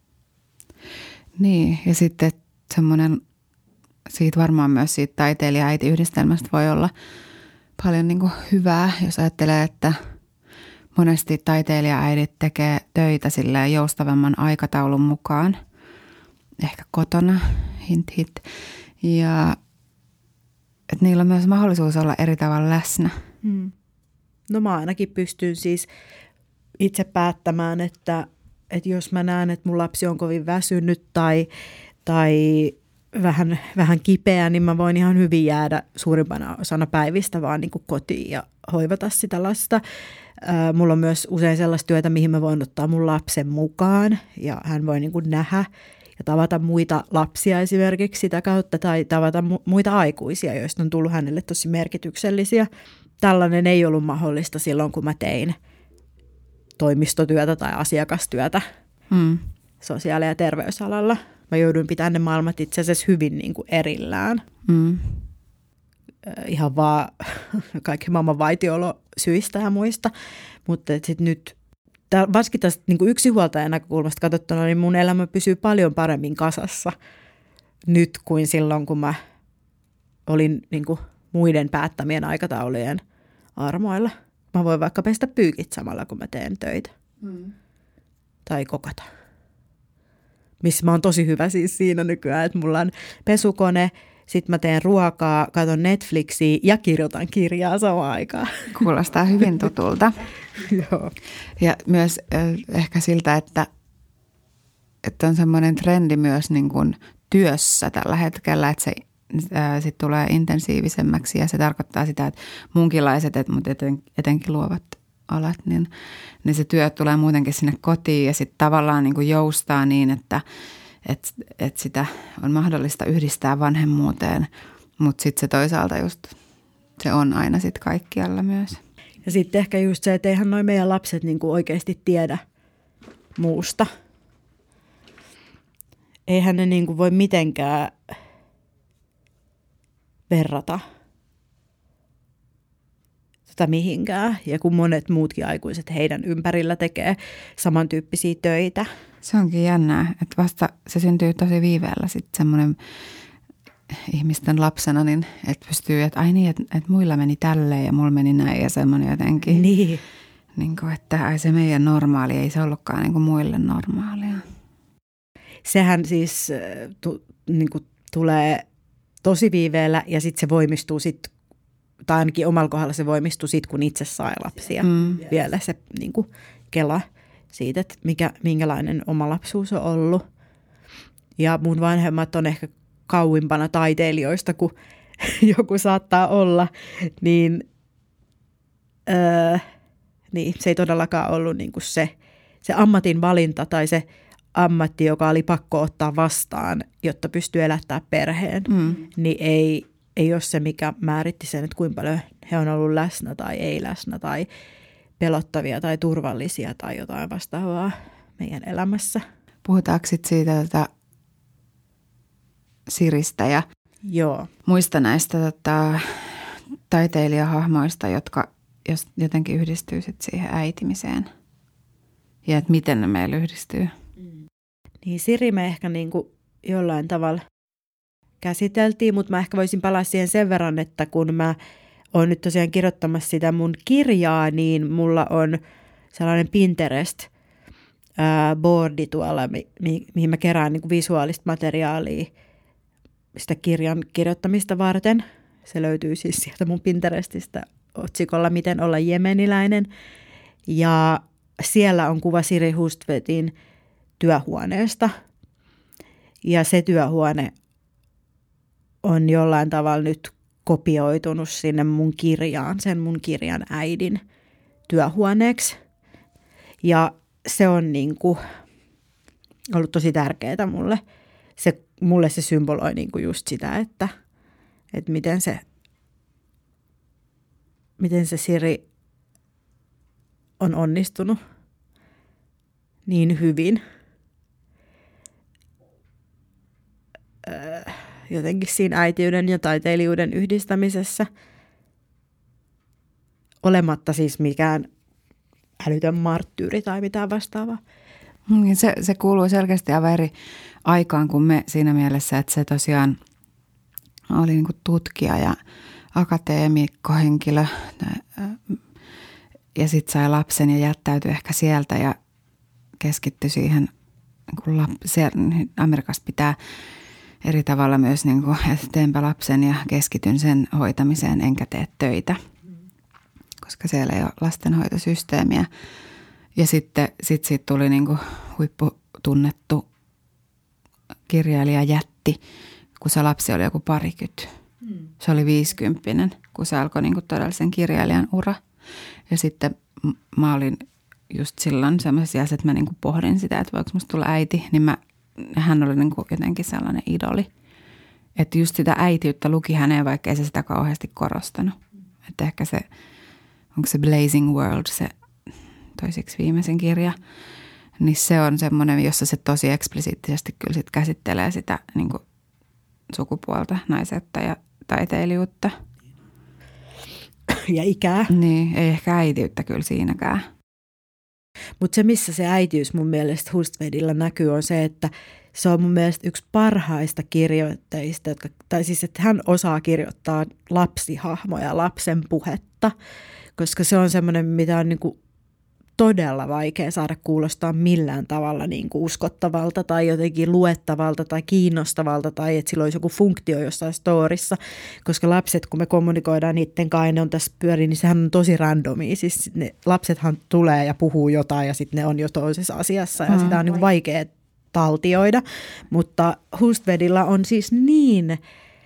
Niin, ja sitten semmoinen, siitä varmaan myös siitä taiteilija-äiti-yhdistelmästä voi olla paljon niin kuin hyvää, jos ajattelee, että monesti taiteilija-äidit tekee töitä silleen joustavamman aikataulun mukaan, ehkä kotona, hint. Ja että niillä on myös mahdollisuus olla eri tavalla läsnä. No mä ainakin pystyn siis itse päättämään, että jos mä näen, että mun lapsi on kovin väsynyt tai vähän kipeä, niin mä voin ihan hyvin jäädä suurimpana osana päivistä vaan niin kuin kotiin ja hoivata sitä lasta. Mulla on myös usein sellaista työtä, mihin mä voin ottaa mun lapsen mukaan ja hän voi niin kuin nähdä ja tavata muita lapsia esimerkiksi sitä kautta tai tavata muita aikuisia, joista on tullut hänelle tosi merkityksellisiä. Tällainen ei ollut mahdollista silloin, kun mä tein toimistotyötä tai asiakastyötä sosiaali- ja terveysalalla. Mä jouduin pitämään ne maailmat itse asiassa hyvin niin kuin erillään. Ihan vaan kaikki maailman vaitiolosyistä ja muista. Mutta sitten nyt varsinkin tästä niin kuin yksinhuoltajan näkökulmasta katsottuna, niin mun elämä pysyy paljon paremmin kasassa nyt kuin silloin, kun mä olin niin kuin muiden päättämien aikataulujen armoilla. Mä voin vaikka pestä pyykit samalla, kun mä teen töitä. Tai kokata. Missä mä oon tosi hyvä siis siinä nykyään, että mulla on pesukone, sit mä teen ruokaa, katon Netflixiä ja kirjoitan kirjaa samaan aikaan. Kuulostaa hyvin tutulta. Joo. Ja myös ehkä siltä, että on semmoinen trendi myös niin kuin työssä tällä hetkellä, että se sitten tulee intensiivisemmäksi ja se tarkoittaa sitä, että munkilaiset, mutta etenkin luovat alat, niin se työ tulee muutenkin sinne kotiin ja sitten tavallaan niin kuin joustaa niin, että sitä on mahdollista yhdistää vanhemmuuteen, mutta sitten se toisaalta just, se on aina sitten kaikkialla myös. Ja sitten ehkä just se, että eihän noi meidän lapset niin kuin oikeasti tiedä muusta. Eihän ne niin kuin voi mitenkään verrata sitä mihinkään. Ja kun monet muutkin aikuiset heidän ympärillä tekee samantyyppisiä töitä. Se onkin jännää, että vasta se syntyy tosi viiveellä sitten semmoinen ihmisten lapsena, niin että pystyy, että ai niin, että muilla meni tälleen ja mulla meni näin ja semmoinen jotenkin. Niin kuin, että ai se meidän normaali, ei se ollutkaan niin kuin muille normaalia. Sehän siis niin kuin tulee tosi viiveellä ja sitten se voimistuu sitten, tai ainakin omalla kohdalla se voimistuu sitten, kun itse sai lapsia. Vielä se niin kuin kela siitä, että minkälainen oma lapsuus on ollut. Ja mun vanhemmat on ehkä kauimpana taiteilijoista, kun joku saattaa olla, niin se ei todellakaan ollut niin kuin se ammatin valinta tai se ammatti, joka oli pakko ottaa vastaan, jotta pystyy elättämään perheen, niin ei ole se, mikä määritti sen, että kuinka paljon he on ollut läsnä tai ei läsnä tai pelottavia tai turvallisia tai jotain vastaavaa meidän elämässä. Puhutaanko sitten siitä Siristä ja Joo. muista näistä taiteilijahahmoista, jotka jotenkin yhdistyy sitten siihen äitimiseen ja että miten ne meillä yhdistyy? Niin Siri me ehkä niin kuin jollain tavalla käsiteltiin, mutta mä ehkä voisin palaa siihen sen verran, että kun mä oon nyt tosiaan kirjoittamassa sitä mun kirjaa, niin mulla on sellainen Pinterest-boardi tuolla, mihin mä kerään niin kuin visuaalista materiaalia sitä kirjan kirjoittamista varten. Se löytyy siis sieltä mun Pinterestistä otsikolla Miten olla jemeniläinen. Ja siellä on kuva Siri Hustvedtin työhuoneesta. Ja se työhuone on jollain tavalla nyt kopioitunut sinne mun kirjaan, sen mun kirjan äidin työhuoneeksi. Ja se on niin kuin ollut tosi tärkeää mulle. Mulle se symboloi niin kuin just sitä, että miten se Siri on onnistunut niin hyvin. Jotenkin siinä äitiyden ja taiteilijuuden yhdistämisessä, olematta siis mikään älytön marttyyri tai mitään vastaavaa. Se kuuluu selkeästi aivan eri aikaan kuin me siinä mielessä, että se tosiaan oli niin kuin tutkija ja akateemikkohenkilö ja sitten sai lapsen ja jättäytyi ehkä sieltä ja keskittyi siihen, niin Amerikasta pitää eri tavalla myös, niin kuin, että teenpä lapsen ja keskityn sen hoitamiseen enkä tee töitä, koska siellä ei ole lastenhoitosysteemiä. Ja sitten siitä tuli niin kuin huipputunnettu kirjailija jätti, kun se lapsi oli joku 20. Se oli 50, kun se alkoi niin kuin todellisen kirjailijan ura. Ja sitten mä olin just silloin sellaisessa asiassa, että mä niin kuin pohdin sitä, että voiko musta tulla äiti, niin hän oli niin kuin jotenkin sellainen idoli. Että just sitä äitiyttä luki häneen, vaikka ei se sitä kauheasti korostanut. Että ehkä se, onko se Blazing World, se toiseksi viimeisen kirja, niin se on semmoinen, jossa se tosi eksplisiittisesti kyllä sit käsittelee sitä niin kuin sukupuolta, naiseutta ja taiteilijuutta. Ja ikää. Niin, ei ehkä äitiyttä kyllä siinäkään. Mutta se, missä se äitiys mun mielestä Hustvedilla näkyy, on se, että se on mun mielestä yksi parhaista kirjoittajista, tai siis, että hän osaa kirjoittaa lapsihahmoja, lapsen puhetta, koska se on semmoinen, mitä on niin kuin todella vaikea saada kuulostaa millään tavalla niin kuin uskottavalta tai jotenkin luettavalta tai kiinnostavalta tai että sillä olisi joku funktio jossain storissa, koska lapset, kun me kommunikoidaan niiden kanssa, ne on tässä pyörin, niin sehän on tosi randomia. Siis ne lapsethan tulee ja puhuu jotain ja sitten ne on jo toisessa asiassa ja sitä on niin vaikea taltioida, mutta Hustvedilla on siis niin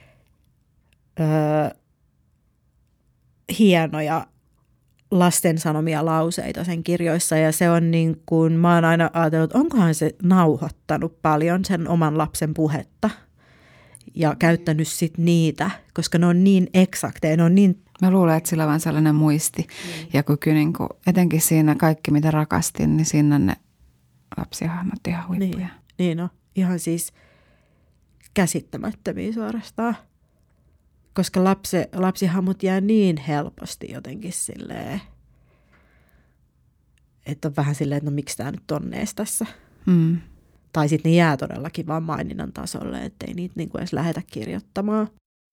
hienoja lasten sanomia lauseita sen kirjoissa ja se on niin kuin, mä oon aina ajatellut, että onkohan se nauhoittanut paljon sen oman lapsen puhetta ja käyttänyt sit niitä, koska ne on niin eksakteja, ne on niin... Mä luulen, että sillä on vaan sellainen muisti ja kun niin kuin, etenkin siinä kaikki mitä rakastin, niin siinä on ne lapsihahmot ihan huippuja. Niin on, ihan siis käsittämättömiä suorastaan. Koska lapsihahmot jää niin helposti jotenkin silleen, että on vähän silleen, että no miksi tämä nyt on ees tässä. Mm. Tai sitten ne jää todellakin vaan maininnan tasolle, ettei niitä niinku edes lähdetä kirjoittamaan.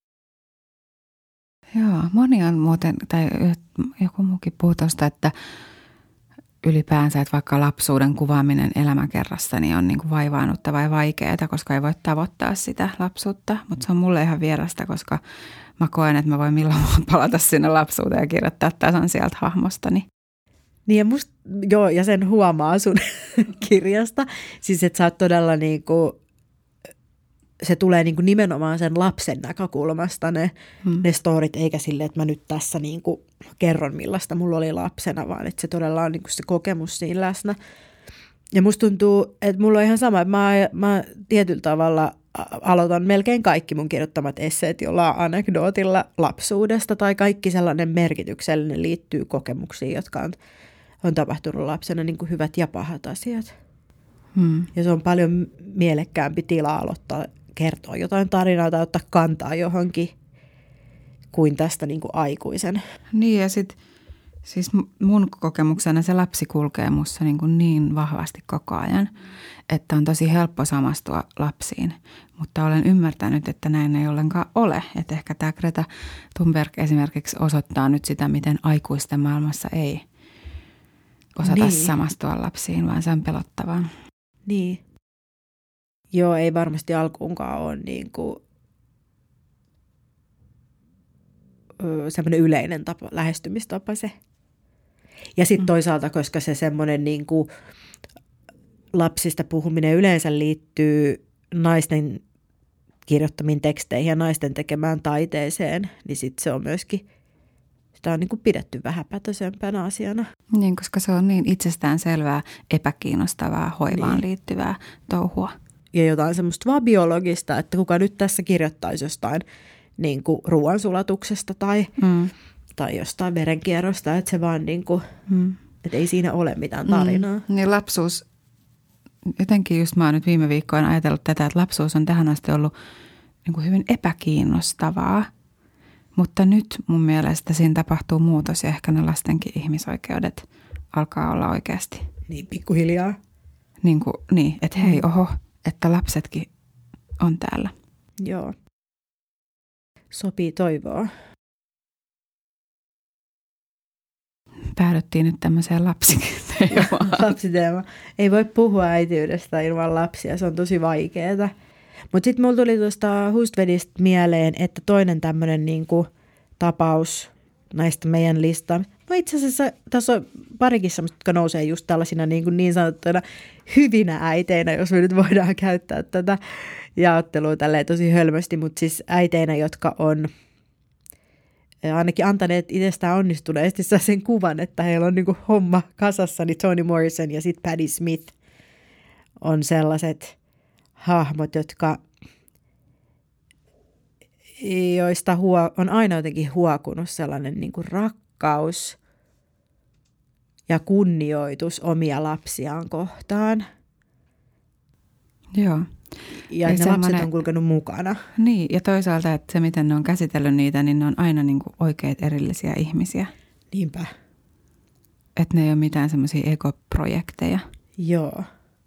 Joo, moni on muuten, tai joku muukin puhuu tuosta, että ylipäänsä, että vaikka lapsuuden kuvaaminen elämäkerrassa niin on niin kuin vaivaannuttavaa ja vaikeaa, koska ei voi tavoittaa sitä lapsuutta. Mutta se on mulle ihan vierasta, koska mä koen, että mä voin milloin palata sinne lapsuuteen ja kirjoittaa tasan sieltä hahmostani. Niin ja joo, ja sen huomaa sun kirjasta. Siis että sä oot todella niinku, se tulee niinku nimenomaan sen lapsen näkökulmasta ne storit, eikä silleen, että mä nyt tässä niinku kerron millaista mulla oli lapsena, vaan että se todella on niinku se kokemus siinä läsnä. Ja musta tuntuu, että mulla on ihan sama, että mä tietyllä tavalla aloitan melkein kaikki mun kirjoittamat esseet jollain anekdootilla lapsuudesta tai kaikki sellainen merkityksellinen liittyy kokemuksiin, jotka on tapahtunut lapsena, niin kuin hyvät ja pahat asiat. Ja se on paljon mielekkäämpi tila aloittaa kertoa jotain tarinaa tai ottaa kantaa johonkin kuin tästä niin kuin aikuisen. Niin ja sitten siis mun kokemuksena se lapsi kulkee musta niin vahvasti koko ajan, että on tosi helppo samastua lapsiin. Mutta olen ymmärtänyt, että näin ei ollenkaan ole. Että ehkä tämä Greta Thunberg esimerkiksi osoittaa nyt sitä, miten aikuisten maailmassa ei osata samastua lapsiin, vaan se on pelottavaa. Niin. Joo, ei varmasti alkuunkaan ole niin kuin semmoinen yleinen lähestymistapa se. Ja sitten toisaalta, koska se semmoinen niin kuin lapsista puhuminen yleensä liittyy naisten kirjoittamiin teksteihin ja naisten tekemään taiteeseen, niin sitten se on myöskin, sitä on niin kuin pidetty vähäpätöisempänä asiana. Niin, koska se on niin itsestäänselvää, epäkiinnostavaa, hoivaan liittyvää touhua. Ja jotain semmoista vaan biologista, että kuka nyt tässä kirjoittaisi jostain niin kuin ruoansulatuksesta tai jostain verenkierrosta, että se vaan niin kuin, että ei siinä ole mitään tarinaa. Niin lapsuus, jotenkin just mä oon nyt viime viikkoina ajatellut tätä, että lapsuus on tähän asti ollut niin kuin hyvin epäkiinnostavaa, mutta nyt mun mielestä siinä tapahtuu muutos ja ehkä ne lastenkin ihmisoikeudet alkaa olla oikeasti. Niin, pikkuhiljaa. Niin, että hei, oho, että lapsetkin on täällä. Joo. Sopii toivoa. Päädyttiin nyt tämmöiseen lapsiteemaan. Lapsiteema. Ei voi puhua äitiydestä ilman lapsia, se on tosi vaikeaa. Mutta sitten mulla tuli tuosta Hustvedista mieleen, että toinen tämmöinen niinku tapaus näistä meidän listan. No itse asiassa tässä on parikin semmoista, jotka nousee just tällaisina niin sanottuina hyvinä äiteinä, jos me nyt voidaan käyttää tätä jaottelua tälleen tosi hölmösti, mutta siis äiteinä, jotka on ainakin antaneet itsestään onnistuneesti sen kuvan, että heillä on niinku homma kasassa, niin Toni Morrison ja sitten Patti Smith on sellaiset hahmot, joista on aina jotenkin huokunut sellainen niinku rakkaus ja kunnioitus omia lapsiaan kohtaan. Joo. Ja ne lapset on kulkenut mukana. Niin, ja toisaalta, että se miten ne on käsitellyt niitä, niin ne on aina niin kuin oikeat erillisiä ihmisiä. Niinpä. että ne ei ole mitään semmoisia ekoprojekteja. Joo.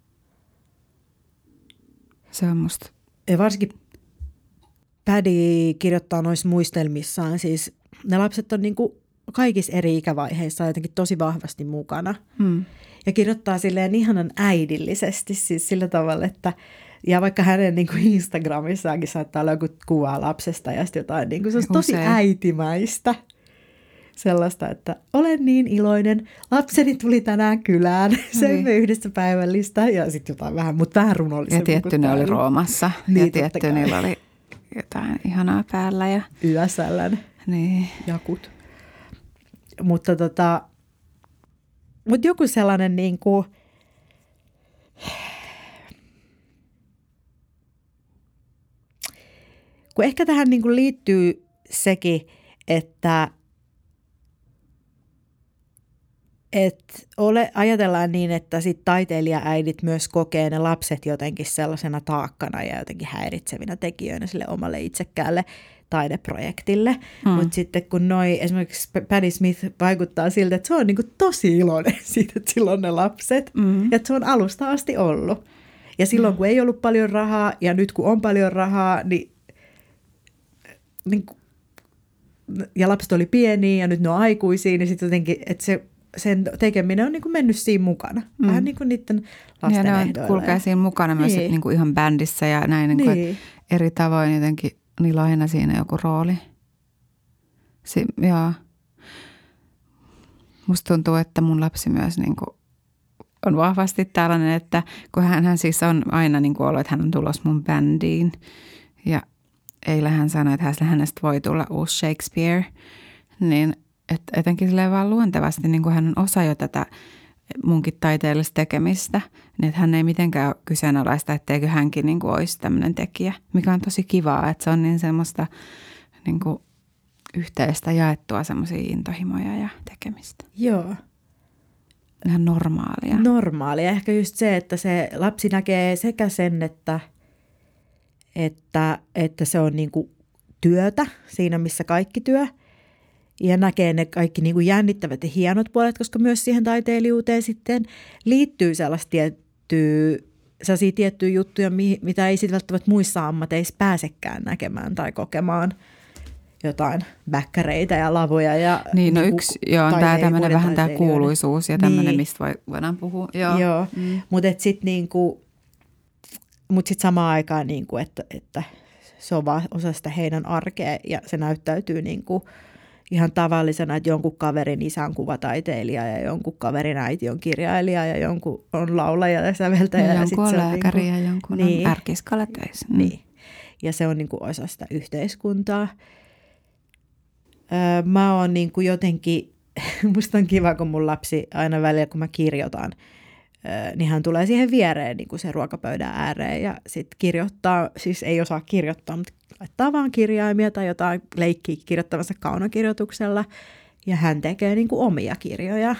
Se on musta. Ja varsinkin Paddy kirjoittaa noissa muistelmissaan, siis ne lapset on niin kuin kaikissa eri ikävaiheissa jotenkin tosi vahvasti mukana. Ja kirjoittaa silleen ihanan äidillisesti siis sillä tavalla, että ja vaikka hänen niin kuin Instagramissaankin saattaa olla joku kuva lapsesta ja sitten jotain, niin kuin se on tosi äitimäistä. Sellaista, että olen niin iloinen, lapseni tuli tänään kylään, söimme yhdessä päivällistä ja sitten jotain vähän, mutta vähän runollisemmin. Ja tietty ne oli Roomassa niin, ja tietty niillä oli jotain ihanaa päällä. Ja YSL:n niin. jakut. Mutta joku sellainen niin kuin, kun ehkä tähän niin kuin liittyy sekin, että ajatellaan niin, että sit taiteilijaäidit myös kokee ne lapset jotenkin sellaisena taakkana ja jotenkin häiritsevinä tekijöinä sille omalle itsekkäälle taideprojektille. Mutta sitten kun esimerkiksi Patti Smith vaikuttaa siltä, että se on niinku tosi iloinen siitä, että sillä on ne lapset. Ja että se on alusta asti ollut. Ja silloin kun ei ollut paljon rahaa ja nyt kun on paljon rahaa, niin ja lapset oli pieniä ja nyt ne on aikuisia, niin sitten jotenkin, että sen tekeminen on niin kuin mennyt siinä mukana. Vähän niin kuin niiden lasten ehdoilla. Ja ne kulkee siinä mukana myös niin kuin ihan bändissä ja näin, niin kuin, eri tavoin jotenkin niillä on aina siinä joku rooli. Joo. Musta tuntuu, että mun lapsi myös niin kuin on vahvasti tällainen, että kun hän siis on aina niin kuin ollut, että hän on tulossa mun bändiin. Ja eilen hän sanoi, että hänestä voi tulla uusi Shakespeare, niin että etenkin silleen vaan luontevasti, niin kuin hän on osa jo tätä munkin taiteellista tekemistä, niin että hän ei mitenkään kyseenalaista, etteikö hänkin niin kuin olisi tämmöinen tekijä, mikä on tosi kivaa, että se on niin semmoista niin kuin yhteistä jaettua semmoisia intohimoja ja tekemistä. Joo. Ihan normaalia. Normaalia. Ehkä just se, että se lapsi näkee sekä sen, että se on niin kuin työtä siinä, missä kaikki työ. Ja näkee ne kaikki niin kuin jännittävät ja hienot puolet, koska myös siihen taiteilijuuteen sitten liittyy sellaisia tiettyjä juttuja, mitä ei sitten välttämättä muissa ammateissa pääsekään näkemään tai kokemaan. Jotain bäkkäreitä ja lavoja. Ja niin, no yksi, joo, tämä tämmöinen vähän tämä kuuluisuus ja tämmöinen, niin. Mistä voidaan puhua. Joo. Mutta sitten niinku, samaan aikaan, niinku, että se on vaan osa sitä heidän arkea ja se näyttäytyy niinku ihan tavallisena, että jonkun kaverin isä on kuvataiteilija ja jonkun kaverin äiti on kirjailija ja jonkun on laulaja ja säveltäjä. Ja jonkun on lääkäri ja jonkun on ärkiskalla töissä. Niin, ja se on niinku osa sitä yhteiskuntaa. Mä oon niinku jotenkin, musta on kiva, kun mun lapsi aina välillä, kun mä kirjoitan, niin hän tulee siihen viereen niin kuin sen ruokapöydän ääreen ja sitten kirjoittaa, siis ei osaa kirjoittaa, mutta laittaa vaan kirjaimia tai jotain leikkiä kirjoittamassa kaunokirjoituksella ja hän tekee niin kuin omia kirjoja.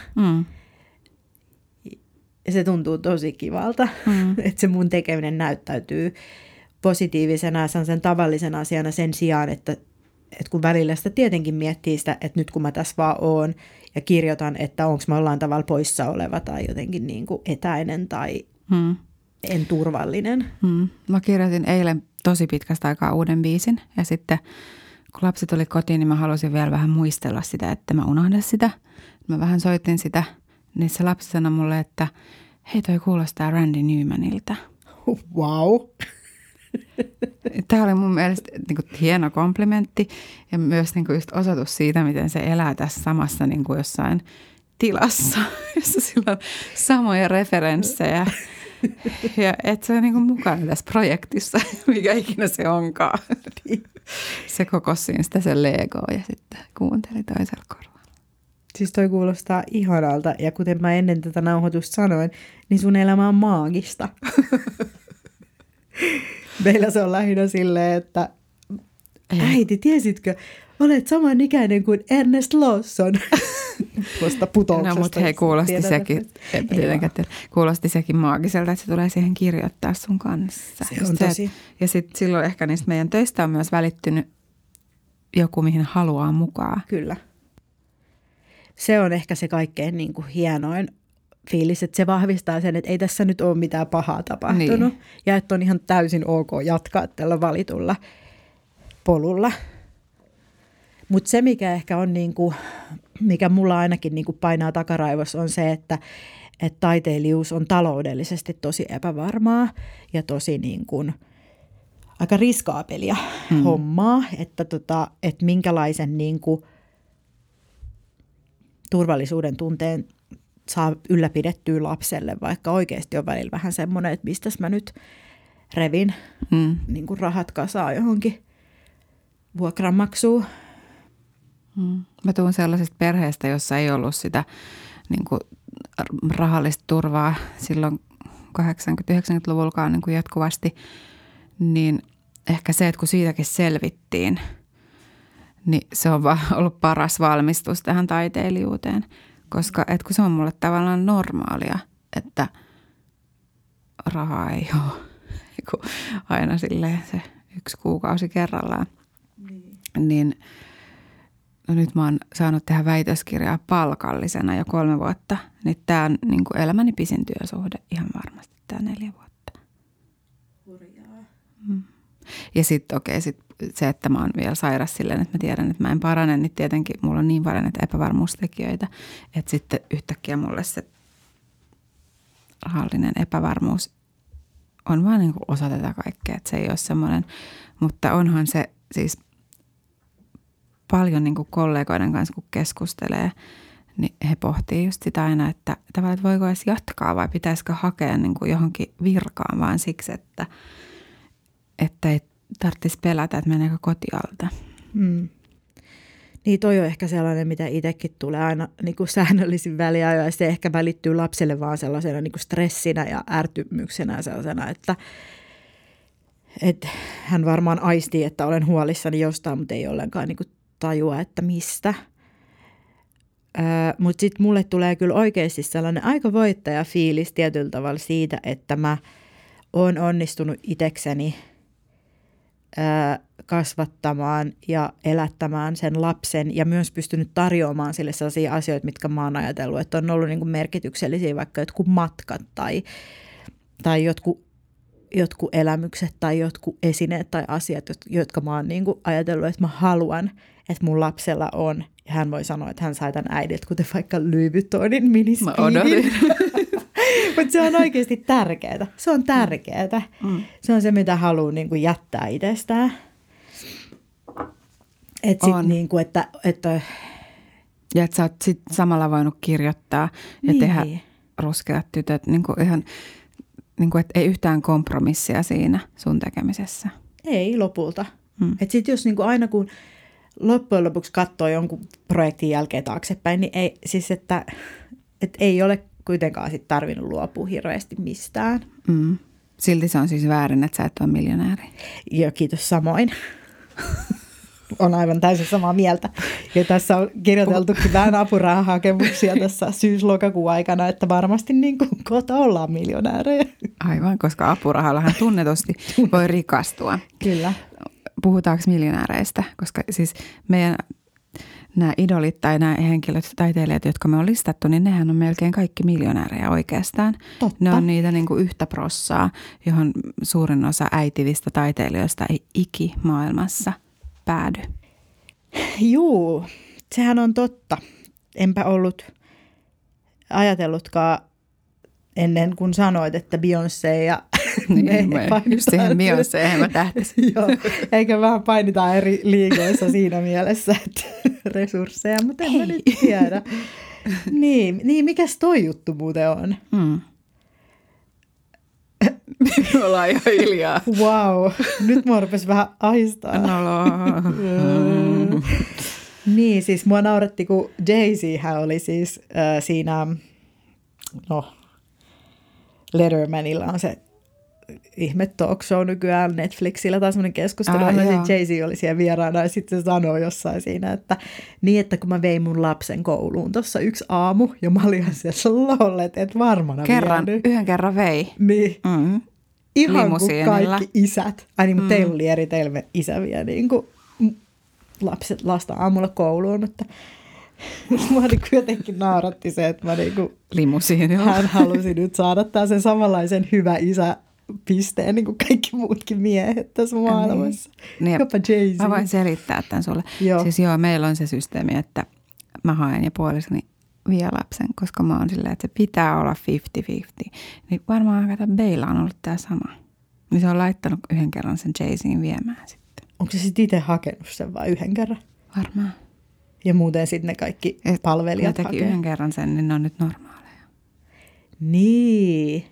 Ja se tuntuu tosi kivalta, että se mun tekeminen näyttäytyy positiivisena ja sen tavallisen asiana sen sijaan, että kun välillä sitä tietenkin miettii sitä, että nyt kun mä tässä vaan oon ja kirjoitan, että onko mä jollain tavalla poissa oleva tai jotenkin niin kuin etäinen tai en turvallinen. Mä kirjoitin eilen tosi pitkästä aikaa uuden biisin ja sitten kun lapsi tuli kotiin, niin mä halusin vielä vähän muistella sitä, että mä unohdan sitä. Mä vähän soitin sitä, niin se lapsi sanoi mulle, että hei, toi kuulostaa Randy Newmanilta. Wow. Tämä oli mun mielestä niin kuin hieno komplimentti ja myös niin kuin just osoitus siitä, miten se elää tässä samassa niin kuin jossain tilassa, jossa sillä on samoja referenssejä. Ja että se on niin kuin mukana tässä projektissa, mikä ikinä se onkaan. Se kokosi siinä sitä sen Legoa ja sitten kuunteli toisella korvalla. Siis toi kuulostaa ihanalta ja kuten mä ennen tätä nauhoitusta sanoin, niin sun elämä on maagista. Meillä se on lähinnä silleen, että äiti, tiesitkö, olet samanikäinen kuin Ernest Lawson. Tuosta putouksesta. No, mutta hei, kuulosti sekin maagiselta, että se tulee siihen kirjoittaa sun kanssa. Se on tosi. Ja sitten silloin ehkä niistä meidän töistä on myös välittynyt joku, mihin haluaa mukaan. Kyllä. se on ehkä se kaikkein niin kuin hienoin fiilis, että se vahvistaa sen, että ei tässä nyt ole mitään pahaa tapahtunut. Niin. Ja että on ihan täysin ok jatkaa tällä valitulla polulla. Mutta se, mikä ehkä on, niin kuin, mikä mulla ainakin niin kuin painaa takaraivossa, on se, että taiteilijuus on taloudellisesti tosi epävarmaa ja tosi niin kuin aika riskaapelia hommaa, että minkälaisen niin kuin turvallisuuden tunteen saa ylläpidettyä lapselle, vaikka oikeasti on välillä vähän semmoinen, että mistäs mä nyt revin niin kuin rahat kasaa johonkin vuokranmaksuun. Mä tuun sellaisesta perheestä, jossa ei ollut sitä niin kuin rahallista turvaa silloin 80-90-luvullakaan niin kuin jatkuvasti, niin ehkä se, että kun siitäkin selvittiin, niin se on vaan ollut paras valmistus tähän taiteilijuuteen, koska kun se on mulle tavallaan normaalia, että rahaa ei ole aina silleen se 1 kuukausi kerrallaan. Niin no nyt mä oon saanut tehdä väitöskirjaa palkallisena jo 3 vuotta. Niin tää on niin kuin elämäni pisin työsuhde ihan varmasti tää 4 vuotta. Hurjaa. Ja sitten se, että mä oon vielä sairas silleen, että mä tiedän, että mä en parane, niin tietenkin mulla on niin paljon näitä epävarmuustekijöitä, että sitten yhtäkkiä mulle se rahallinen epävarmuus on vaan niin kuin osa tätä kaikkea, että se ei ole semmoinen, mutta onhan se siis paljon niin kuin kollegoiden kanssa, kun keskustelee, niin he pohtii just sitä aina, että tavallaan, että voiko edes jatkaa vai pitäisikö hakea niin kuin johonkin virkaan vaan siksi, että ei tarvitsisi pelätä, että meneekö kotialta. Niin toi on ehkä sellainen, mitä itsekin tulee aina niin kuin säännöllisin väliajoin, ja se ehkä välittyy lapselle vaan sellaisena niin kuin stressinä ja ärtymyksenä sellaisena, että hän varmaan aistii, että olen huolissani jostain, mutta ei ollenkaan niin kuin tajua, että mistä. Mutta sitten mulle tulee kyllä oikeasti sellainen aika voittajafiilis tietyllä tavalla siitä, että mä oon onnistunut itsekseni kasvattamaan ja elättämään sen lapsen ja myös pystynyt tarjoamaan sille sellaisia asioita, mitkä mä oon ajatellut, että on ollut niin kuin merkityksellisiä, vaikka jotkut matkat tai jotkut elämykset tai jotkut esineet tai asiat, jotka mä oon niin kuin ajatellut, että mä haluan, että mun lapsella on. Ja hän voi sanoa, että hän sai tämän äidiltä, kuten vaikka Louis Vuittonin miniskiivin. Mutta se on oikeasti tärkeää. Se on tärkeää. Se on se, mitä haluaa niin kuin jättää itsestään. Niin kuin, että ja että sä oot sit samalla voinut kirjoittaa ja tehdä Ruskeat tytöt. Niin kuin ihan, niin kuin, että ei yhtään kompromissia siinä sun tekemisessä. Ei lopulta. Että sitten jos niin kuin aina kun loppujen lopuksi katsoo jonkun projektin jälkeen taaksepäin, niin ei, siis että ei ole kuitenkaan sit tarvinnut luopua hirveästi mistään. Silti se on siis väärin, että sä et ole miljonääri. Joo, kiitos samoin. On aivan täysin samaa mieltä. Ja tässä on kirjoiteltukin vähän apurahahakemuksia tässä syys-lokakuun aikana, että varmasti niin kuin kohta ollaan miljonäärejä. Aivan, koska apurahallahan tunnetusti voi rikastua. Kyllä. Puhutaanko miljonääreistä? Koska siis meidän nämä idolit tai nämä henkilöt, taiteilijat, jotka me on listattu, niin nehän on melkein kaikki miljonäärejä oikeastaan. Totta. Ne on niitä niin kuin yhtä prossaa, johon suurin osa äitivistä taiteilijoista ei ikimaailmassa päädy. Juu, sehän on totta. Enpä ollut ajatellutkaan ennen kuin sanoit, että Beyoncé ja niin, just siihen Beyoncéhen mä tähtäisin. Joo, eikä vähän painitaan eri liigoissa siinä mielessä, että resursseja, mutta en mä nyt tiedä. Niin, mikäs toi juttu muuten on? Me ollaan ihan hiljaa. Wow, nyt mua rupesi vähän ahistaa. Niin, siis mua nauretti, kun Jay-Zhän oli siis siinä, Lettermanilla on se ihme talk show nykyään Netflixillä tai semmoinen keskustelu, ja Jay-Z oli siellä vieraana ja sitten se sanoi jossain siinä, että niin, että kun mä vein mun lapsen kouluun tuossa yksi aamu ja mä olin siellä lollet, että varmana yhden kerran vei. Niin. Ihan kuin kaikki isät. Ai niin, mutta teillä oli teillä isä vie niin kuin lasta aamulla kouluun, mutta Mua niin jotenkin nauratti se, että mä limusiinilla. Hän halusi nyt saada sen samanlaisen hyvä isä pisteen niin kuin kaikki muutkin miehet tässä maailmassa. Niin. Jopa Jay-Z. Mä voin selittää tämän sulle. Siis meillä on se systeemi, että mä haen ja puolisoni vie lapsen, koska mä oon silleen, että se pitää olla 50-50. Niin varmaan Agatha Beillä on ollut tämä sama. Niin se on laittanut yhden kerran sen Jay-Zin viemään sitten. Onko se sitten itse hakenut sen vai yhden kerran? Varmaan. Ja muuten sitten ne kaikki palvelijat hakee. Teki yhden kerran sen, niin ne on nyt normaaleja. Niin.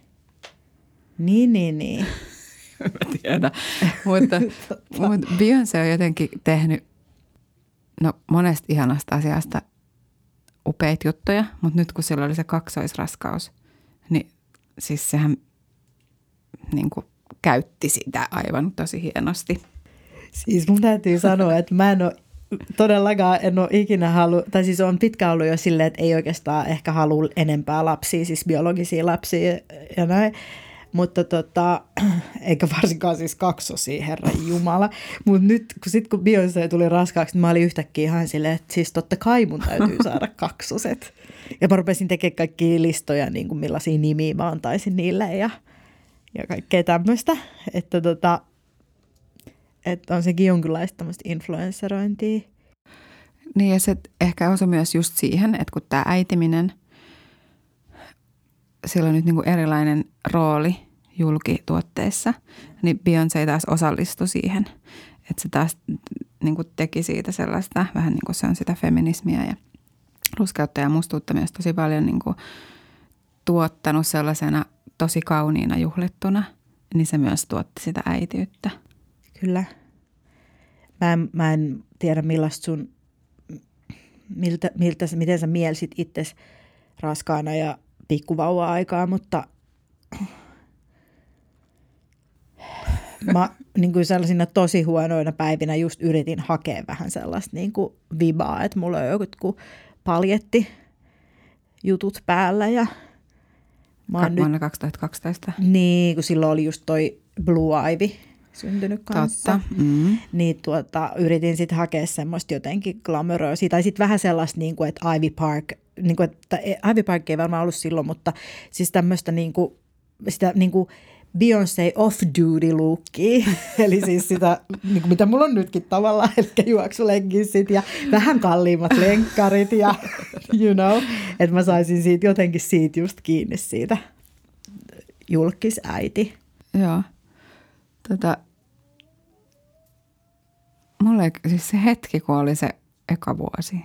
Mä tiedän. Mutta Beyoncé on jotenkin tehnyt monesta ihanasta asiasta upeita juttuja, mutta nyt kun sillä oli se kaksoisraskaus, niin siis sehän niin kuin käytti sitä aivan tosi hienosti. Siis mun täytyy sanoa, että mä en ole ikinä tai siis on pitkään ollut jo silleen, että ei oikeastaan ehkä halua enempää lapsia, siis biologisia lapsia ja näin. Mutta eikä varsinkaan siis kaksosia, herran jumala. Mutta nyt kun Beyoncé tuli raskaaksi, niin mä olin yhtäkkiä ihan silleen, että siis totta kai mun täytyy saada kaksoset. Ja mä rupesin tekemään kaikkia listoja, niin kuin millaisia nimiä mä antaisin niille ja kaikkea tämmöistä. Että on sekin jonkinlaista tämmöistä influensserointia. Niin ja se ehkä osui myös just siihen, että kun tämä äitiminen, sillä on nyt niin kuin erilainen rooli julkituotteissa, niin Beyoncé taas osallistui siihen. Että se taas niin kuin teki siitä sellaista, vähän niin kuin se on sitä feminismiä ja ruskeutta ja mustuutta myös tosi paljon niin kuin tuottanut sellaisena tosi kauniina juhlittuna, niin se myös tuotti sitä äitiyttä. Kyllä. Mä en tiedä miten sä mielsit itsesi raskaana ja pikkuvauva-aikaa, mutta mä niin kuin sellaisina tosi huonoina päivinä just yritin hakea vähän sellaista niin kuin vibaa, että mulla on joku paljetti jutut päällä ja vuonna 2012. Niin, kun silloin oli just toi Blue Ivy syntynyt kanssa. Totta. Mm. Niin yritin sitten hakea semmoista jotenkin glamouroisia. Tai sitten vähän sellaista, niin kuin, että Ivy Park, niin kuin, että Ivy Park ei varmaan ollut silloin, mutta siis tämmöistä niin kuin, sitä niin kuin Beyoncé off-duty-lookia. Eli siis sitä, niin kuin mitä mulla on nytkin tavallaan, eli juoksulenkissit ja vähän kalliimmat lenkkarit ja you know, että mä saisin siitä jotenkin siitä just kiinni siitä julkisäiti. Joo. Mulle siis se hetki, kun oli se eka vuosi,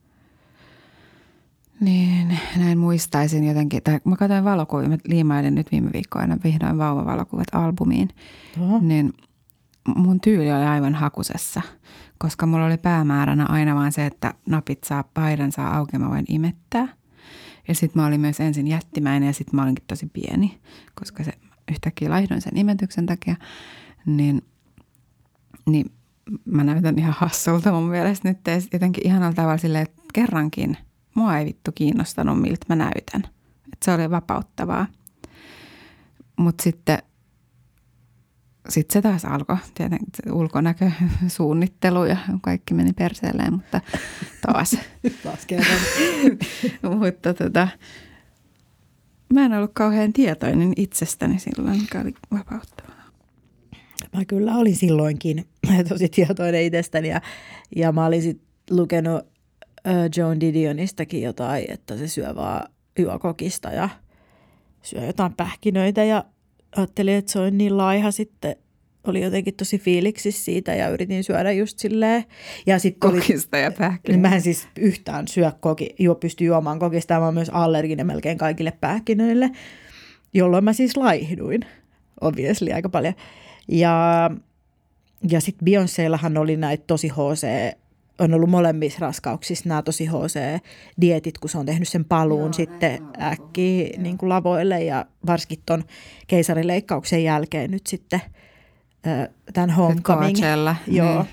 niin näin muistaisin jotenkin, tai mä katsoin valokuvia, mä liimailin nyt viime viikkoina vihdoin vauvavalokuvat albumiin, niin mun tyyli oli aivan hakusessa, koska mulla oli päämääränä aina vaan se, että paidan saa auki, mä voin imettää. Ja sitten mä olin myös ensin jättimäinen ja sitten mä olinkin tosi pieni, koska se yhtäkkiä laihduin sen imetyksen takia, niin mä näytän ihan hassulta mun mielestä nyt jotenkin ihanalla tavalla silleen, että kerrankin mua ei vittu kiinnostanut, miltä mä näytän. Että se oli vapauttavaa. Mutta sitten se taas alkoi, tietenkin ulkonäkösuunnittelu ja kaikki meni perseelleen, mutta taas. Taas kerran. Mutta mä en ollut kauhean tietoinen itsestäni silloin, mikä oli vapauttavaa. Mä kyllä olin silloinkin tosi tietoinen itsestäni ja mä olin sitten lukenut Joan Didionistakin jotain, että se syö vaan juokokista ja syö jotain pähkinöitä ja ajattelin, että se on niin laiha sitten. Oli jotenkin tosi fiiliksissä siitä ja yritin syödä just silleen. Ja kokista ja pähkinöitä. Niin mä en siis yhtään pysty juomaan kokista. Mä oon myös allerginen melkein kaikille pähkinöille, jolloin mä siis laihduin obviously aika paljon. Ja sitten Beyoncéllahan oli näitä tosi on ollut molemmissa raskauksissa nämä tosi HC-dietit, kun se on tehnyt sen paluun sitten äkkiä niin kuin lavoille ja varsinkin ton keisarileikkauksen jälkeen nyt sitten tämän Homecoming. Joo.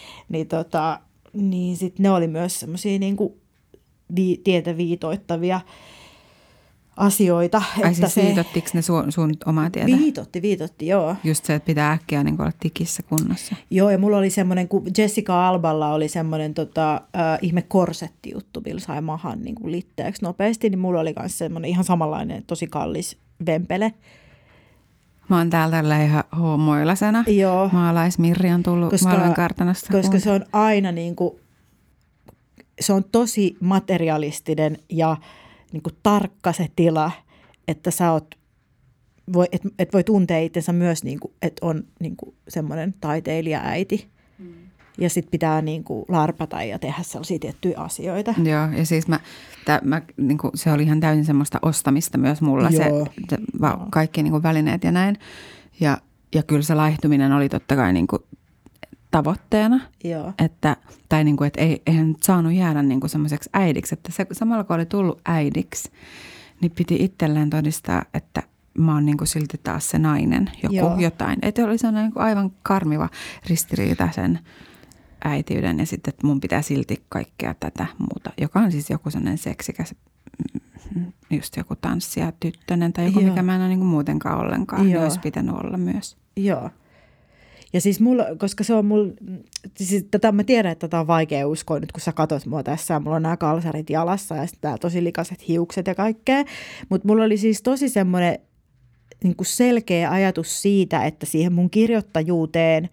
Niin sitten ne oli myös semmoisia niin kuin tietä viitoittavia asioita. Ai siis viitottiko ne sun omaa tietä? Viitotti, joo. Just se, että pitää äkkiä niin olla tikissä kunnossa. Joo, ja mulla oli semmoinen, kun Jessica Alballa oli semmoinen ihme korsettijuttu, millä sai mahan niin kuin litteeksi nopeasti, niin mulla oli myös semmoinen ihan samanlainen, tosi kallis vempele. Mä oon täällä ihan hoomoilasena. Joo. Maalais-Mirri on tullut maailmankartanosta. Koska se on aina niin kuin, se on tosi materialistinen ja niin kuin tarkka se tila, että sä oot, et voi tuntea itsensä myös, niin kuin, että on niin kuin semmoinen taiteilija-äiti. Ja sitten pitää niin kuin larpata ja tehdä sellaisia tiettyjä asioita. Joo, ja siis niin kuin, se oli ihan täysin semmoista ostamista myös mulla, kaikki niin kuin välineet ja näin. Ja kyllä se laihtuminen oli totta kai niin kuin tavoitteena. Joo. Tai niin kuin, että eihän nyt saanut jäädä niin kuin semmoiseksi äidiksi. Että se, samalla kun oli tullut äidiksi, niin piti itselleen todistaa, että mä oon niin kuin silti taas se nainen, jotain. Että oli sellainen niin kuin aivan karmiva ristiriita sen äitiyden ja sitten, että mun pitää silti kaikkea tätä muuta, joka on siis joku sellainen seksikäs, just joku tanssija tyttönen tai joku, mikä mä en ole niin kuin muutenkaan ollenkaan, niin olisi pitänyt olla myös. Joo. Ja siis mulla, koska se on mulla, siis mä tiedän, että tätä on vaikea uskoa nyt, kun sä katot mua tässä, mulla on nämä kalsarit jalassa ja sitten täällä tosi likaiset hiukset ja kaikkea, mutta mulla oli siis tosi semmoinen niin kuin selkeä ajatus siitä, että siihen mun kirjoittajuuteen,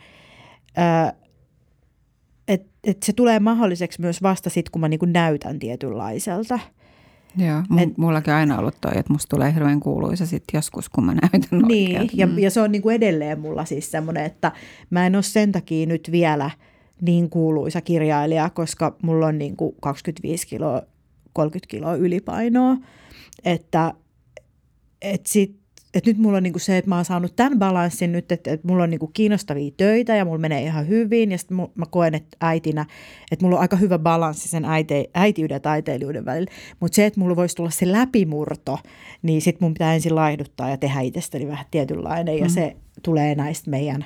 että se tulee mahdolliseksi myös vasta sitten, kun mä niin kuin näytän tietynlaiselta. Joo, mullakin on aina ollut toi, että musta tulee hirveän kuuluisa sitten joskus, kun mä näytän oikealta. Niin, ja se on niin kuin edelleen mulla siis semmoinen, että mä en ole sen takia nyt vielä niin kuuluisa kirjailija, koska mulla on niin kuin 25 kiloa, 30 kiloa ylipainoa, että nyt mulla on niinku se, että mä oon saanut tämän balanssin nyt, että mulla on niinku kiinnostavia töitä ja mulla menee ihan hyvin. Ja sitten mä koen, että äitinä, että mulla on aika hyvä balanssi sen äitiyden ja taiteilijuuden välillä. Mutta se, että mulla voisi tulla se läpimurto, niin sitten mun pitää ensin laihduttaa ja tehdä itsestäni vähän tietynlainen. Ja se tulee näistä meidän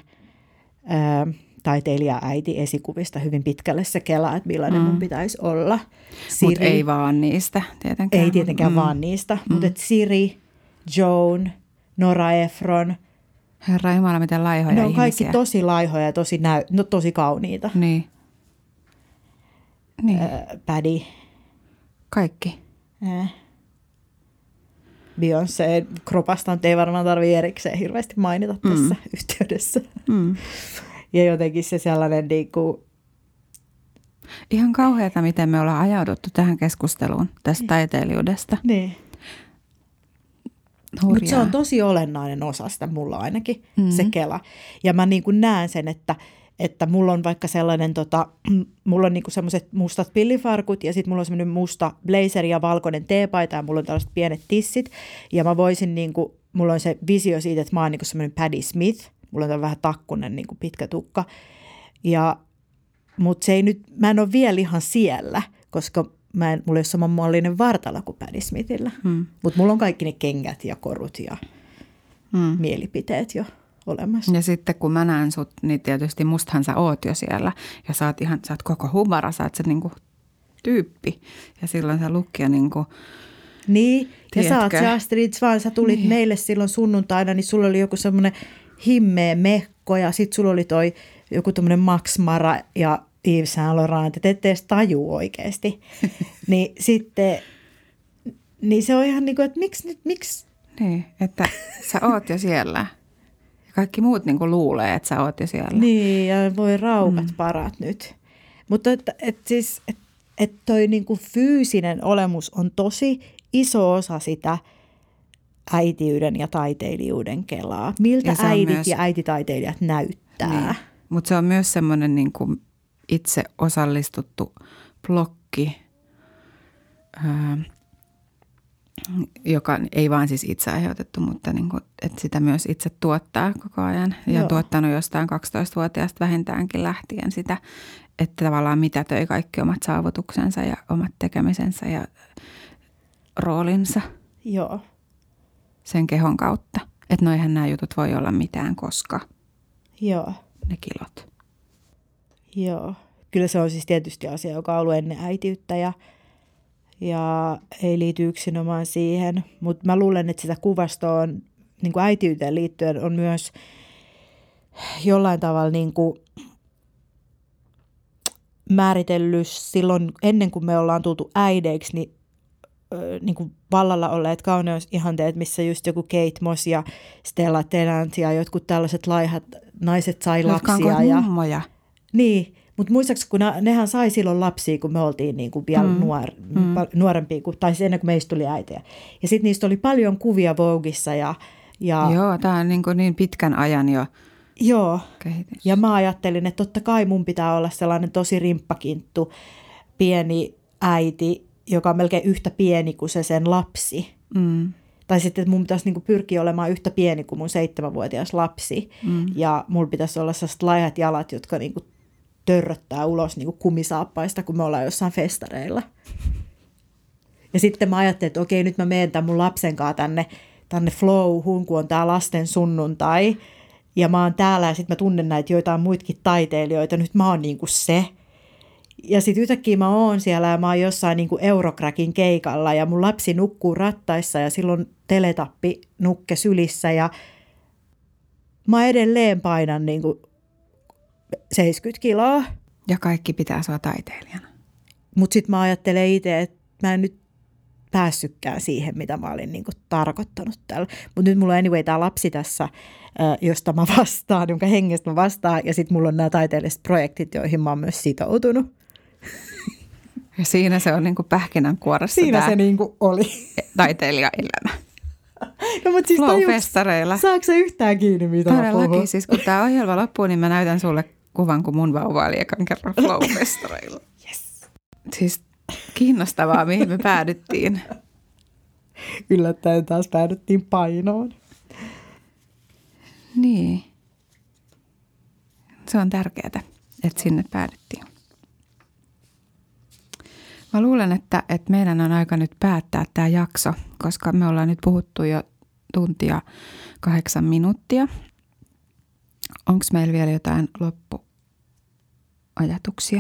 taiteilija-äiti-esikuvista hyvin pitkälle se kela, että millainen mun pitäisi olla. Mutta ei vaan niistä tietenkään. Ei tietenkään vaan niistä, mutta Siri, Joan, Nora Ephron. Herra Jumala, miten laihoja ihmisiä. Ne on kaikki tosi laihoja ja tosi kauniita. Niin. Paddy. Kaikki. Beyoncé kropasta ei varmaan tarvitse erikseen hirveästi mainita tässä yhteydessä. Ja jotenkin se sellainen niinku... Ihan kauheata, miten me ollaan ajauduttu tähän keskusteluun tästä taiteilijuudesta. Niin. Mutta se on tosi olennainen osa sitä mulla ainakin, se kela. Ja mä niin kuin näen sen, että mulla on vaikka sellainen, mulla on niin kuin semmoiset mustat pillifarkut ja sitten mulla on semmoinen musta blazer ja valkoinen teepaita ja mulla on tällaiset pienet tissit. Ja mä voisin niin kuin, mulla on se visio siitä, että mä oon niin kuin semmoinen Patti Smith. Mulla on vähän takkunen niin kuin pitkä tukka. Mutta se ei nyt, mä en ole vielä ihan siellä, koska mulla ei ole samanmallinen vartalo kuin Patti Smithillä. Mutta mulla on kaikki ne kengät ja korut ja mielipiteet jo olemassa. Ja sitten kun mä näen sut, niin tietysti mustahan sä oot jo siellä. Ja sä oot koko hubara, sä oot se niinku tyyppi. Ja silloin se lukkia niinku... Niin, ja sä oot se Astrid Swan, sä tulit meille silloin sunnuntaina, niin sulla oli joku semmoinen himmeä mekko ja sit sulla oli toi joku tommoinen Max Mara ja Yves Saint Laurent, että ette edes tajuu oikeasti. Niin sitten, niin se on ihan niin kuin, että miksi? Niin, että sä oot jo siellä. Ja kaikki muut niin kuin luulee, että sä oot jo siellä. Niin, ja voi raukat parat nyt. Mutta että toi niin kuin fyysinen olemus on tosi iso osa sitä äitiyden ja taiteilijuuden kelaa. Miltä äidit ja äititaiteilijat näyttää? Niin. Mutta se on myös semmoinen niin kuin itse osallistuttu blokki, joka ei vaan siis itse aiheutettu, mutta niin kuin, että sitä myös itse tuottaa koko ajan. Ja tuottanut jostain 12-vuotiaasta vähintäänkin lähtien sitä, että tavallaan mitätöi kaikki omat saavutuksensa ja omat tekemisensä ja roolinsa. Joo. Sen kehon kautta. Että noihän nämä jutut voi olla mitään, koska ne kilot. Joo. Kyllä se on siis tietysti asia, joka on ollut ennen äitiyttä ja ja ei liity yksinomaan siihen. Mutta mä luulen, että sitä kuvastoa on niin kuin äitiyteen liittyen on myös jollain tavalla niin kuin määritellyt silloin ennen kuin me ollaan tultu äideiksi, niin kuin vallalla olleet kauneusihanteet, missä just joku Kate Moss ja Stella Tennant ja jotkut tällaiset laihat naiset sai lapsia. Ja mummoja. Niin, mutta muistaakseni, kun nehän sai silloin lapsia, kun me oltiin niin kuin vielä nuorempia, tai ennen kuin meistä tuli äitejä. Ja sitten niistä oli paljon kuvia Vogueissa. Ja joo, tämä on niin pitkän ajan jo. Joo, kehitys. Ja mä ajattelin, että totta kai mun pitää olla sellainen tosi rimppakinttu pieni äiti, joka on melkein yhtä pieni kuin se sen lapsi. Tai sitten, että mun pitäisi niinku pyrkiä olemaan yhtä pieni kuin mun 7-vuotias lapsi. Ja mulla pitäisi olla sellaiset laihat jalat, jotka niinku törröttää ulos niinku kumisaappaista, kun me ollaan jossain festareilla. Ja sitten mä ajattelin, että okei, nyt mä menen tämän mun lapsen kanssa tänne Flowhun, kun on tää lasten sunnuntai. Ja mä oon täällä ja sitten mä tunnen näitä joitain muitakin taiteilijoita. Nyt mä oon niinku se. Ja sitten yhtäkkiä mä oon siellä ja mä oon jossain niinku Eurocrackin keikalla ja mun lapsi nukkuu rattaissa ja silloin teletappi nukke sylissä ja mä edelleen painan niinku 70 kiloa. Ja kaikki pitää sua taiteilijana. Mutta sitten mä ajattelen itse, että mä en nyt päässytkään siihen, mitä mä olin niinku tarkoittanut tällä. Mutta nyt mulla on anyway tää lapsi tässä, josta mä vastaan, jonka hengestä mä vastaan. Ja sitten mulla on nämä taiteelliset projektit, joihin mä oon myös sitoutunut. Ja siinä se on niinku pähkinänkuoressa. Siinä se niinku oli. Taiteilijaelämä. No mutta siis Flow-festareilla. Saatko sä yhtään kiinni, mitä mä puhun? Todellakin, siis kun tää ohjelma loppuu, niin mä näytän sulle kuvan, kun mun vauva oli ekan kerran Flow-festareilla. Yes. Siis kiinnostavaa, mihin me päädyttiin. Yllättäen taas päädyttiin painoon. Niin. Se on tärkeää, että sinne päädyttiin. Mä luulen, että meidän on aika nyt päättää tämä jakso, koska me ollaan nyt puhuttu jo 1 tuntia 8 minuuttia. Onko meillä vielä jotain loppuajatuksia?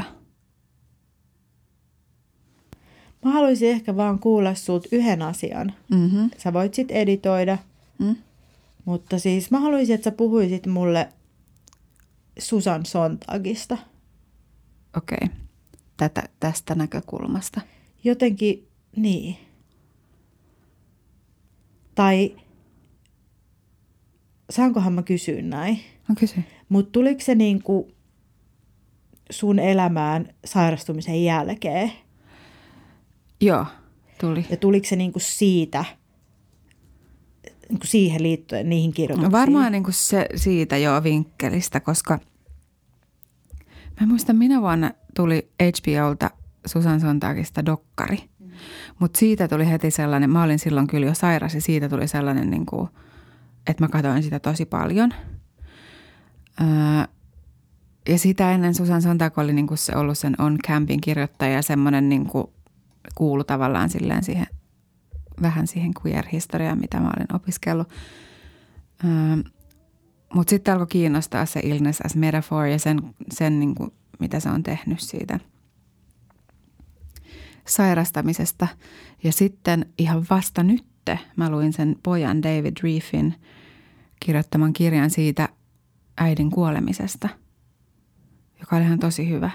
Mä haluaisin ehkä vaan kuulla sulta yhden asian. Mm-hmm. Sä voit sit editoida, mutta siis mä haluaisin, että sä puhuisit mulle Susan Sontagista. Okei. Tästä näkökulmasta. Jotenkin, niin. Tai saankohan mä kysyä näin? No kysy. Mutta tuliko se niinku sun elämään sairastumisen jälkeen? Joo, tuli. Ja tuliko se niinku siitä, niinku siihen liittyen, niihin kirjoituksiin? No varmaan niinku se siitä vinkkelistä, koska mä muistan, minä vuonna tuli HBOlta Susan Sontagista dokkari. Mutta siitä tuli heti sellainen, mä olin silloin kyllä jo sairas ja siitä tuli sellainen, niinku, että mä katsoin sitä tosi paljon. Ja sitä ennen Susan Sontag oli niinku se ollut sen On Campin kirjoittaja ja semmoinen niinku kuulu tavallaan silleen siihen, vähän siihen queer-historiaan, mitä mä olin opiskellut. Mutta sitten alkoi kiinnostaa se Illness as Metaphor ja sen niinku, mitä se on tehnyt siitä sairastamisesta. Ja sitten ihan vasta nyt mä luin sen pojan David Reefin kirjoittaman kirjan siitä äidin kuolemisesta, joka oli ihan tosi hyvä.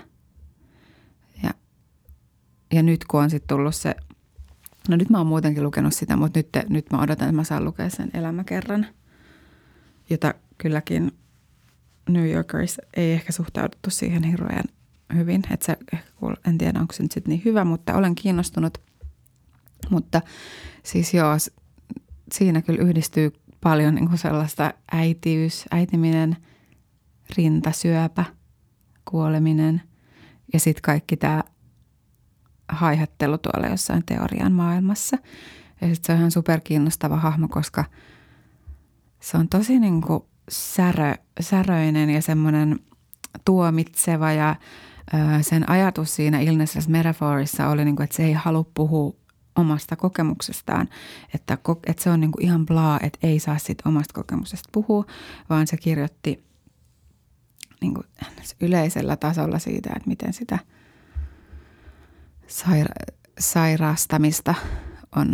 Ja nyt kun on sitten tullut se, no nyt mä oon muutenkin lukenut sitä, mutta nyt mä odotan, että mä saan lukea sen elämäkerran, jota kylläkin New Yorkers ei ehkä suhtauduttu siihen hirveän hyvin. Että se, en tiedä, onko se nyt sitten niin hyvä, mutta olen kiinnostunut. Mutta siis joo, siinä kyllä yhdistyy paljon niin kuin sellaista äitiminen, rintasyöpä, kuoleminen ja sitten kaikki tämä haihattelu tuolla jossain teorian maailmassa. Ja sitten se on ihan superkiinnostava hahmo, koska se on tosi niin kuin säröinen ja semmoinen tuomitseva ja sen ajatus siinä Illness as Metaphorissa oli, niin kuin, että se ei halua puhua omasta kokemuksestaan, että se on niin kuin ihan blaa, että ei saa siitä omasta kokemuksesta puhua, vaan se kirjoitti niin kuin yleisellä tasolla siitä, että miten sitä sairastamista on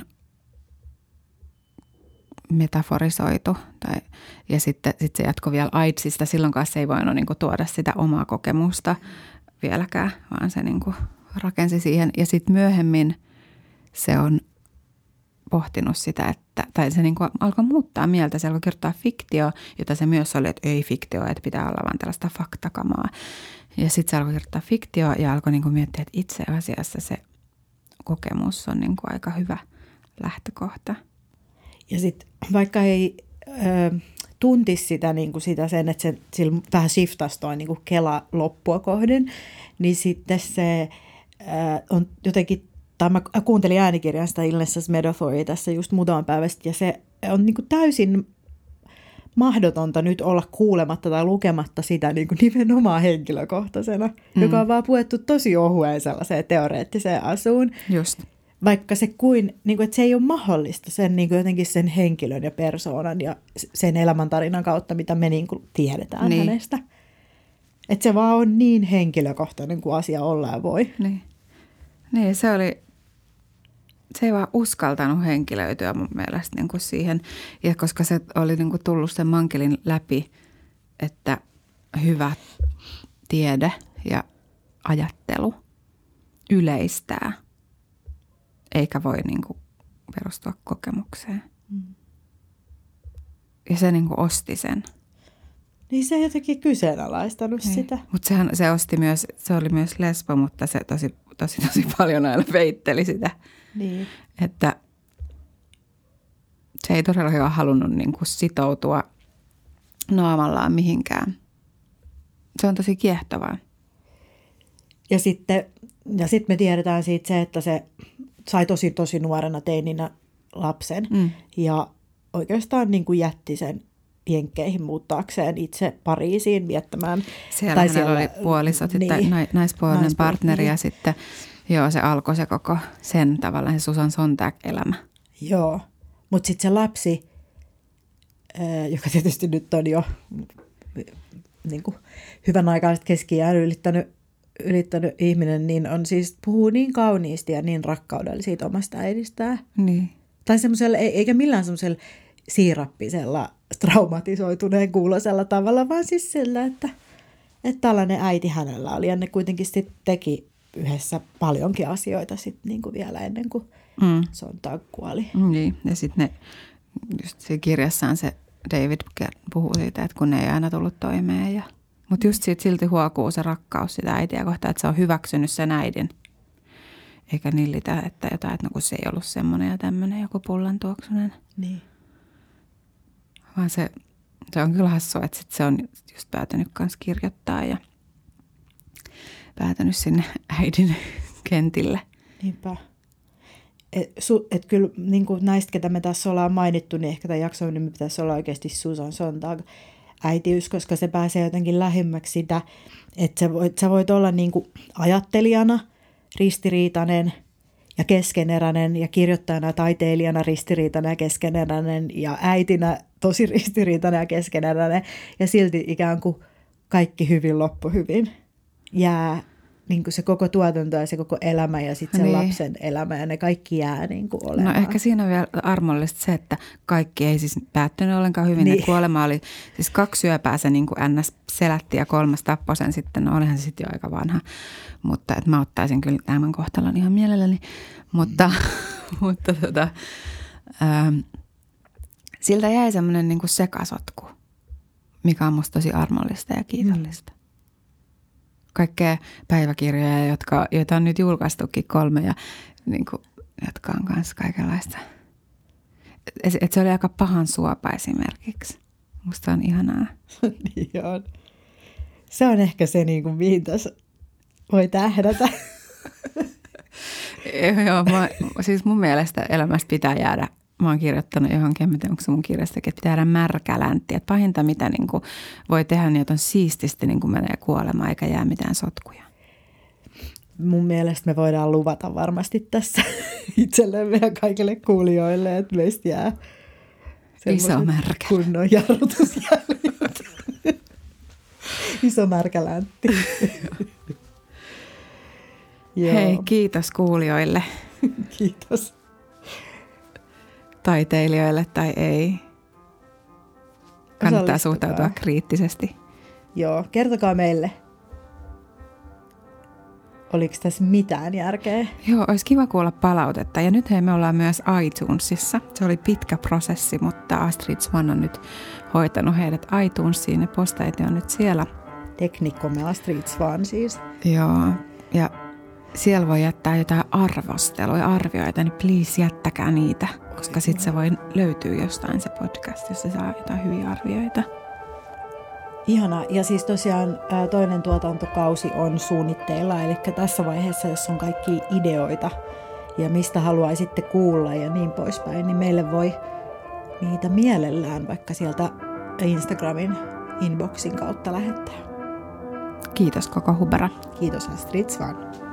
metaforisoitu. Ja sitten se jatkoi vielä AIDSista. Silloinkaan se ei voinut niin kuin tuoda sitä omaa kokemusta vieläkään, vaan se niin kuin rakensi siihen. Ja sitten myöhemmin se on pohtinut sitä, tai se niin kuin alkoi muuttaa mieltä. Se alkoi kirjoittaa fiktio, jota se myös oli, että ei fiktio, että pitää olla vaan tällaista faktakamaa. Ja sitten se alkoi kirjoittaa fiktio ja alkoi niin kuin miettiä, että itse asiassa se kokemus on niin kuin aika hyvä lähtökohta. Ja sitten vaikka ei tuntisi sitä, niin kuin sitä sen, että se sillä vähän shiftasi toi niin kuin Kela loppua kohden, niin sitten se on jotenkin, tai mä kuuntelin äänikirjan sitä Illness Metaphori tässä just muutaman päivästä, ja se on niin kuin täysin mahdotonta nyt olla kuulematta tai lukematta sitä niin kuin nimenomaan henkilökohtaisena, joka on vaan puettu tosi ohueen sellaiseen teoreettiseen asuun. Just. Vaikka se niin kuin, että se ei ole mahdollista sen niin kuin jotenkin sen henkilön ja persoonan ja sen elämäntarinan kautta, mitä me niin kuin tiedetään hänestä. Että se vaan on niin henkilökohtainen kuin asia ollaan voi. Niin, se ei vaan uskaltanut henkilöityä mun mielestä niin kuin siihen. Ja koska se oli niin kuin tullut sen mankelin läpi, että hyvä tiede ja ajattelu yleistää, eikä voi niin kuin perustua kokemukseen. Ja se niin kuin osti sen. Niin se ei jotenkin kyseenalaistanut sitä. Mutta se osti myös, se oli myös lesbo, mutta se tosi paljon aina veitteli sitä. Niin. Että se ei todellakaan halunnut niin kuin sitoutua naamallaan mihinkään. Se on tosi kiehtovaa. Ja sitten me tiedetään siitä se, että se sai tosi nuorena teininä lapsen. Ja oikeastaan niin kuin jätti sen Jenkkeihin muuttaakseen itse Pariisiin viettämään. Siellä oli puolisot, naispuolinen partneri ja sitten se alkoi se koko sen tavallaan se Susan Sontag-elämä. Joo, mutta sitten se lapsi, joka tietysti nyt on jo niin kuin hyvän aikaa keski-iän ylittänyt ihminen, niin on siis puhuu niin kauniisti ja niin rakkaudella siitä omasta äidistään. Niin. Tai semmoisella, eikä millään semmoisella siirappisella, traumatisoituneen kuuloisella tavalla, vaan siis sillä, että tällainen äiti hänellä oli. Ja ne kuitenkin sitten teki yhdessä paljonkin asioita sitten niin kuin vielä ennen kuin Sontag kuoli. Niin, ja sitten just siinä kirjassaan se David puhuu siitä, että kun ne ei aina tullut toimeen. Mutta just siitä silti huokuu se rakkaus sitä äitiä kohtaan, että se on hyväksynyt sen äidin. Eikä nillitä, että jotain, että no kun se ei ollut semmoinen ja tämmöinen joku pullantuoksunen. Niin. Vaan se on kyllä hassua, että sit se on just päätynyt kanssa kirjoittaa ja päätynyt sinne äidin kentille. Niinpä. Et kyllä niin kuin näistä, ketä me tässä ollaan mainittu, niin ehkä tämän jakson nimi pitäisi olla oikeasti Susan Sontag äitiys, koska se pääsee jotenkin lähimmäksi sitä, että sä voit olla niin kuin ajattelijana ristiriitainen ja keskeneräinen ja kirjoittajana ja taiteilijana ristiriitainen ja keskeneräinen ja äitinä tosi ristiriitainen ja keskeneräinen ja silti ikään kuin kaikki hyvin loppu hyvin. Jää niin kuin se koko tuotanto ja se koko elämä ja sitten sen lapsen elämä ja ne kaikki jää niin kuin olemaan. No ehkä siinä on vielä armollista se, että kaikki ei siis päättynyt ollenkaan hyvin. Niin. Kuolema oli siis 2 syöpää se niin kuin NS selätti ja 3 tappoi sen sitten. No olihan se sitten jo aika vanha, mutta että mä ottaisin kyllä tämän kohtalon ihan mielelläni. Mutta siltä jäi semmoinen niin kuin sekasotku, mikä on musta tosi armollista ja kiitollista. Kaikkea päiväkirjoja, joita on nyt julkaistukin 3 ja niin kuin, jotka on kanssa kaikenlaista. Et se oli aika pahan suopa esimerkiksi. Musta on ihanaa. Niin on. Se on ehkä se, niin kuin, mihin tässä voi tähdätä. Joo, siis mun mielestä elämästä pitää jäädä. Mä oon kirjoittanut johonkin, en tiedä, onko se mun kirjastakin, että pitää jäädä märkä läntti. Että pahinta, mitä niin kuin voi tehdä, niin on siististi niin kuin menee kuolemaan, eikä jää mitään sotkuja. Mun mielestä me voidaan luvata varmasti tässä itsellemme ja kaikille kuulijoille, että meistä jää iso märkä. Kunnon jarrutusjäljet. Iso märkä läntti. Hei, kiitos kuulijoille. Kiitos. Taiteilijoille tai ei. Kannattaa suhtautua kriittisesti. Joo, kertokaa meille. Oliko tässä mitään järkeä? Joo, olisi kiva kuulla palautetta. Ja nyt me ollaan myös iTunesissa. Se oli pitkä prosessi, mutta Astrid Swan on nyt hoitanut heidät iTunesiin. Ne posteet on nyt siellä. Teknikkomme Astrid Swan siis. Joo, ja siellä voi jättää jotain arvosteluja, arvioita, niin please jättäkää niitä. Koska sitten se voi löytyä jostain se podcast, jossa saa jotain hyviä arvioita. Ihana. Ja siis tosiaan toinen tuotantokausi on suunnitteilla. Eli tässä vaiheessa, jos on kaikki ideoita ja mistä haluaisitte kuulla ja niin poispäin, niin meille voi niitä mielellään vaikka sieltä Instagramin inboxin kautta lähettää. Kiitos koko Hubera. Kiitos Astrid Swan.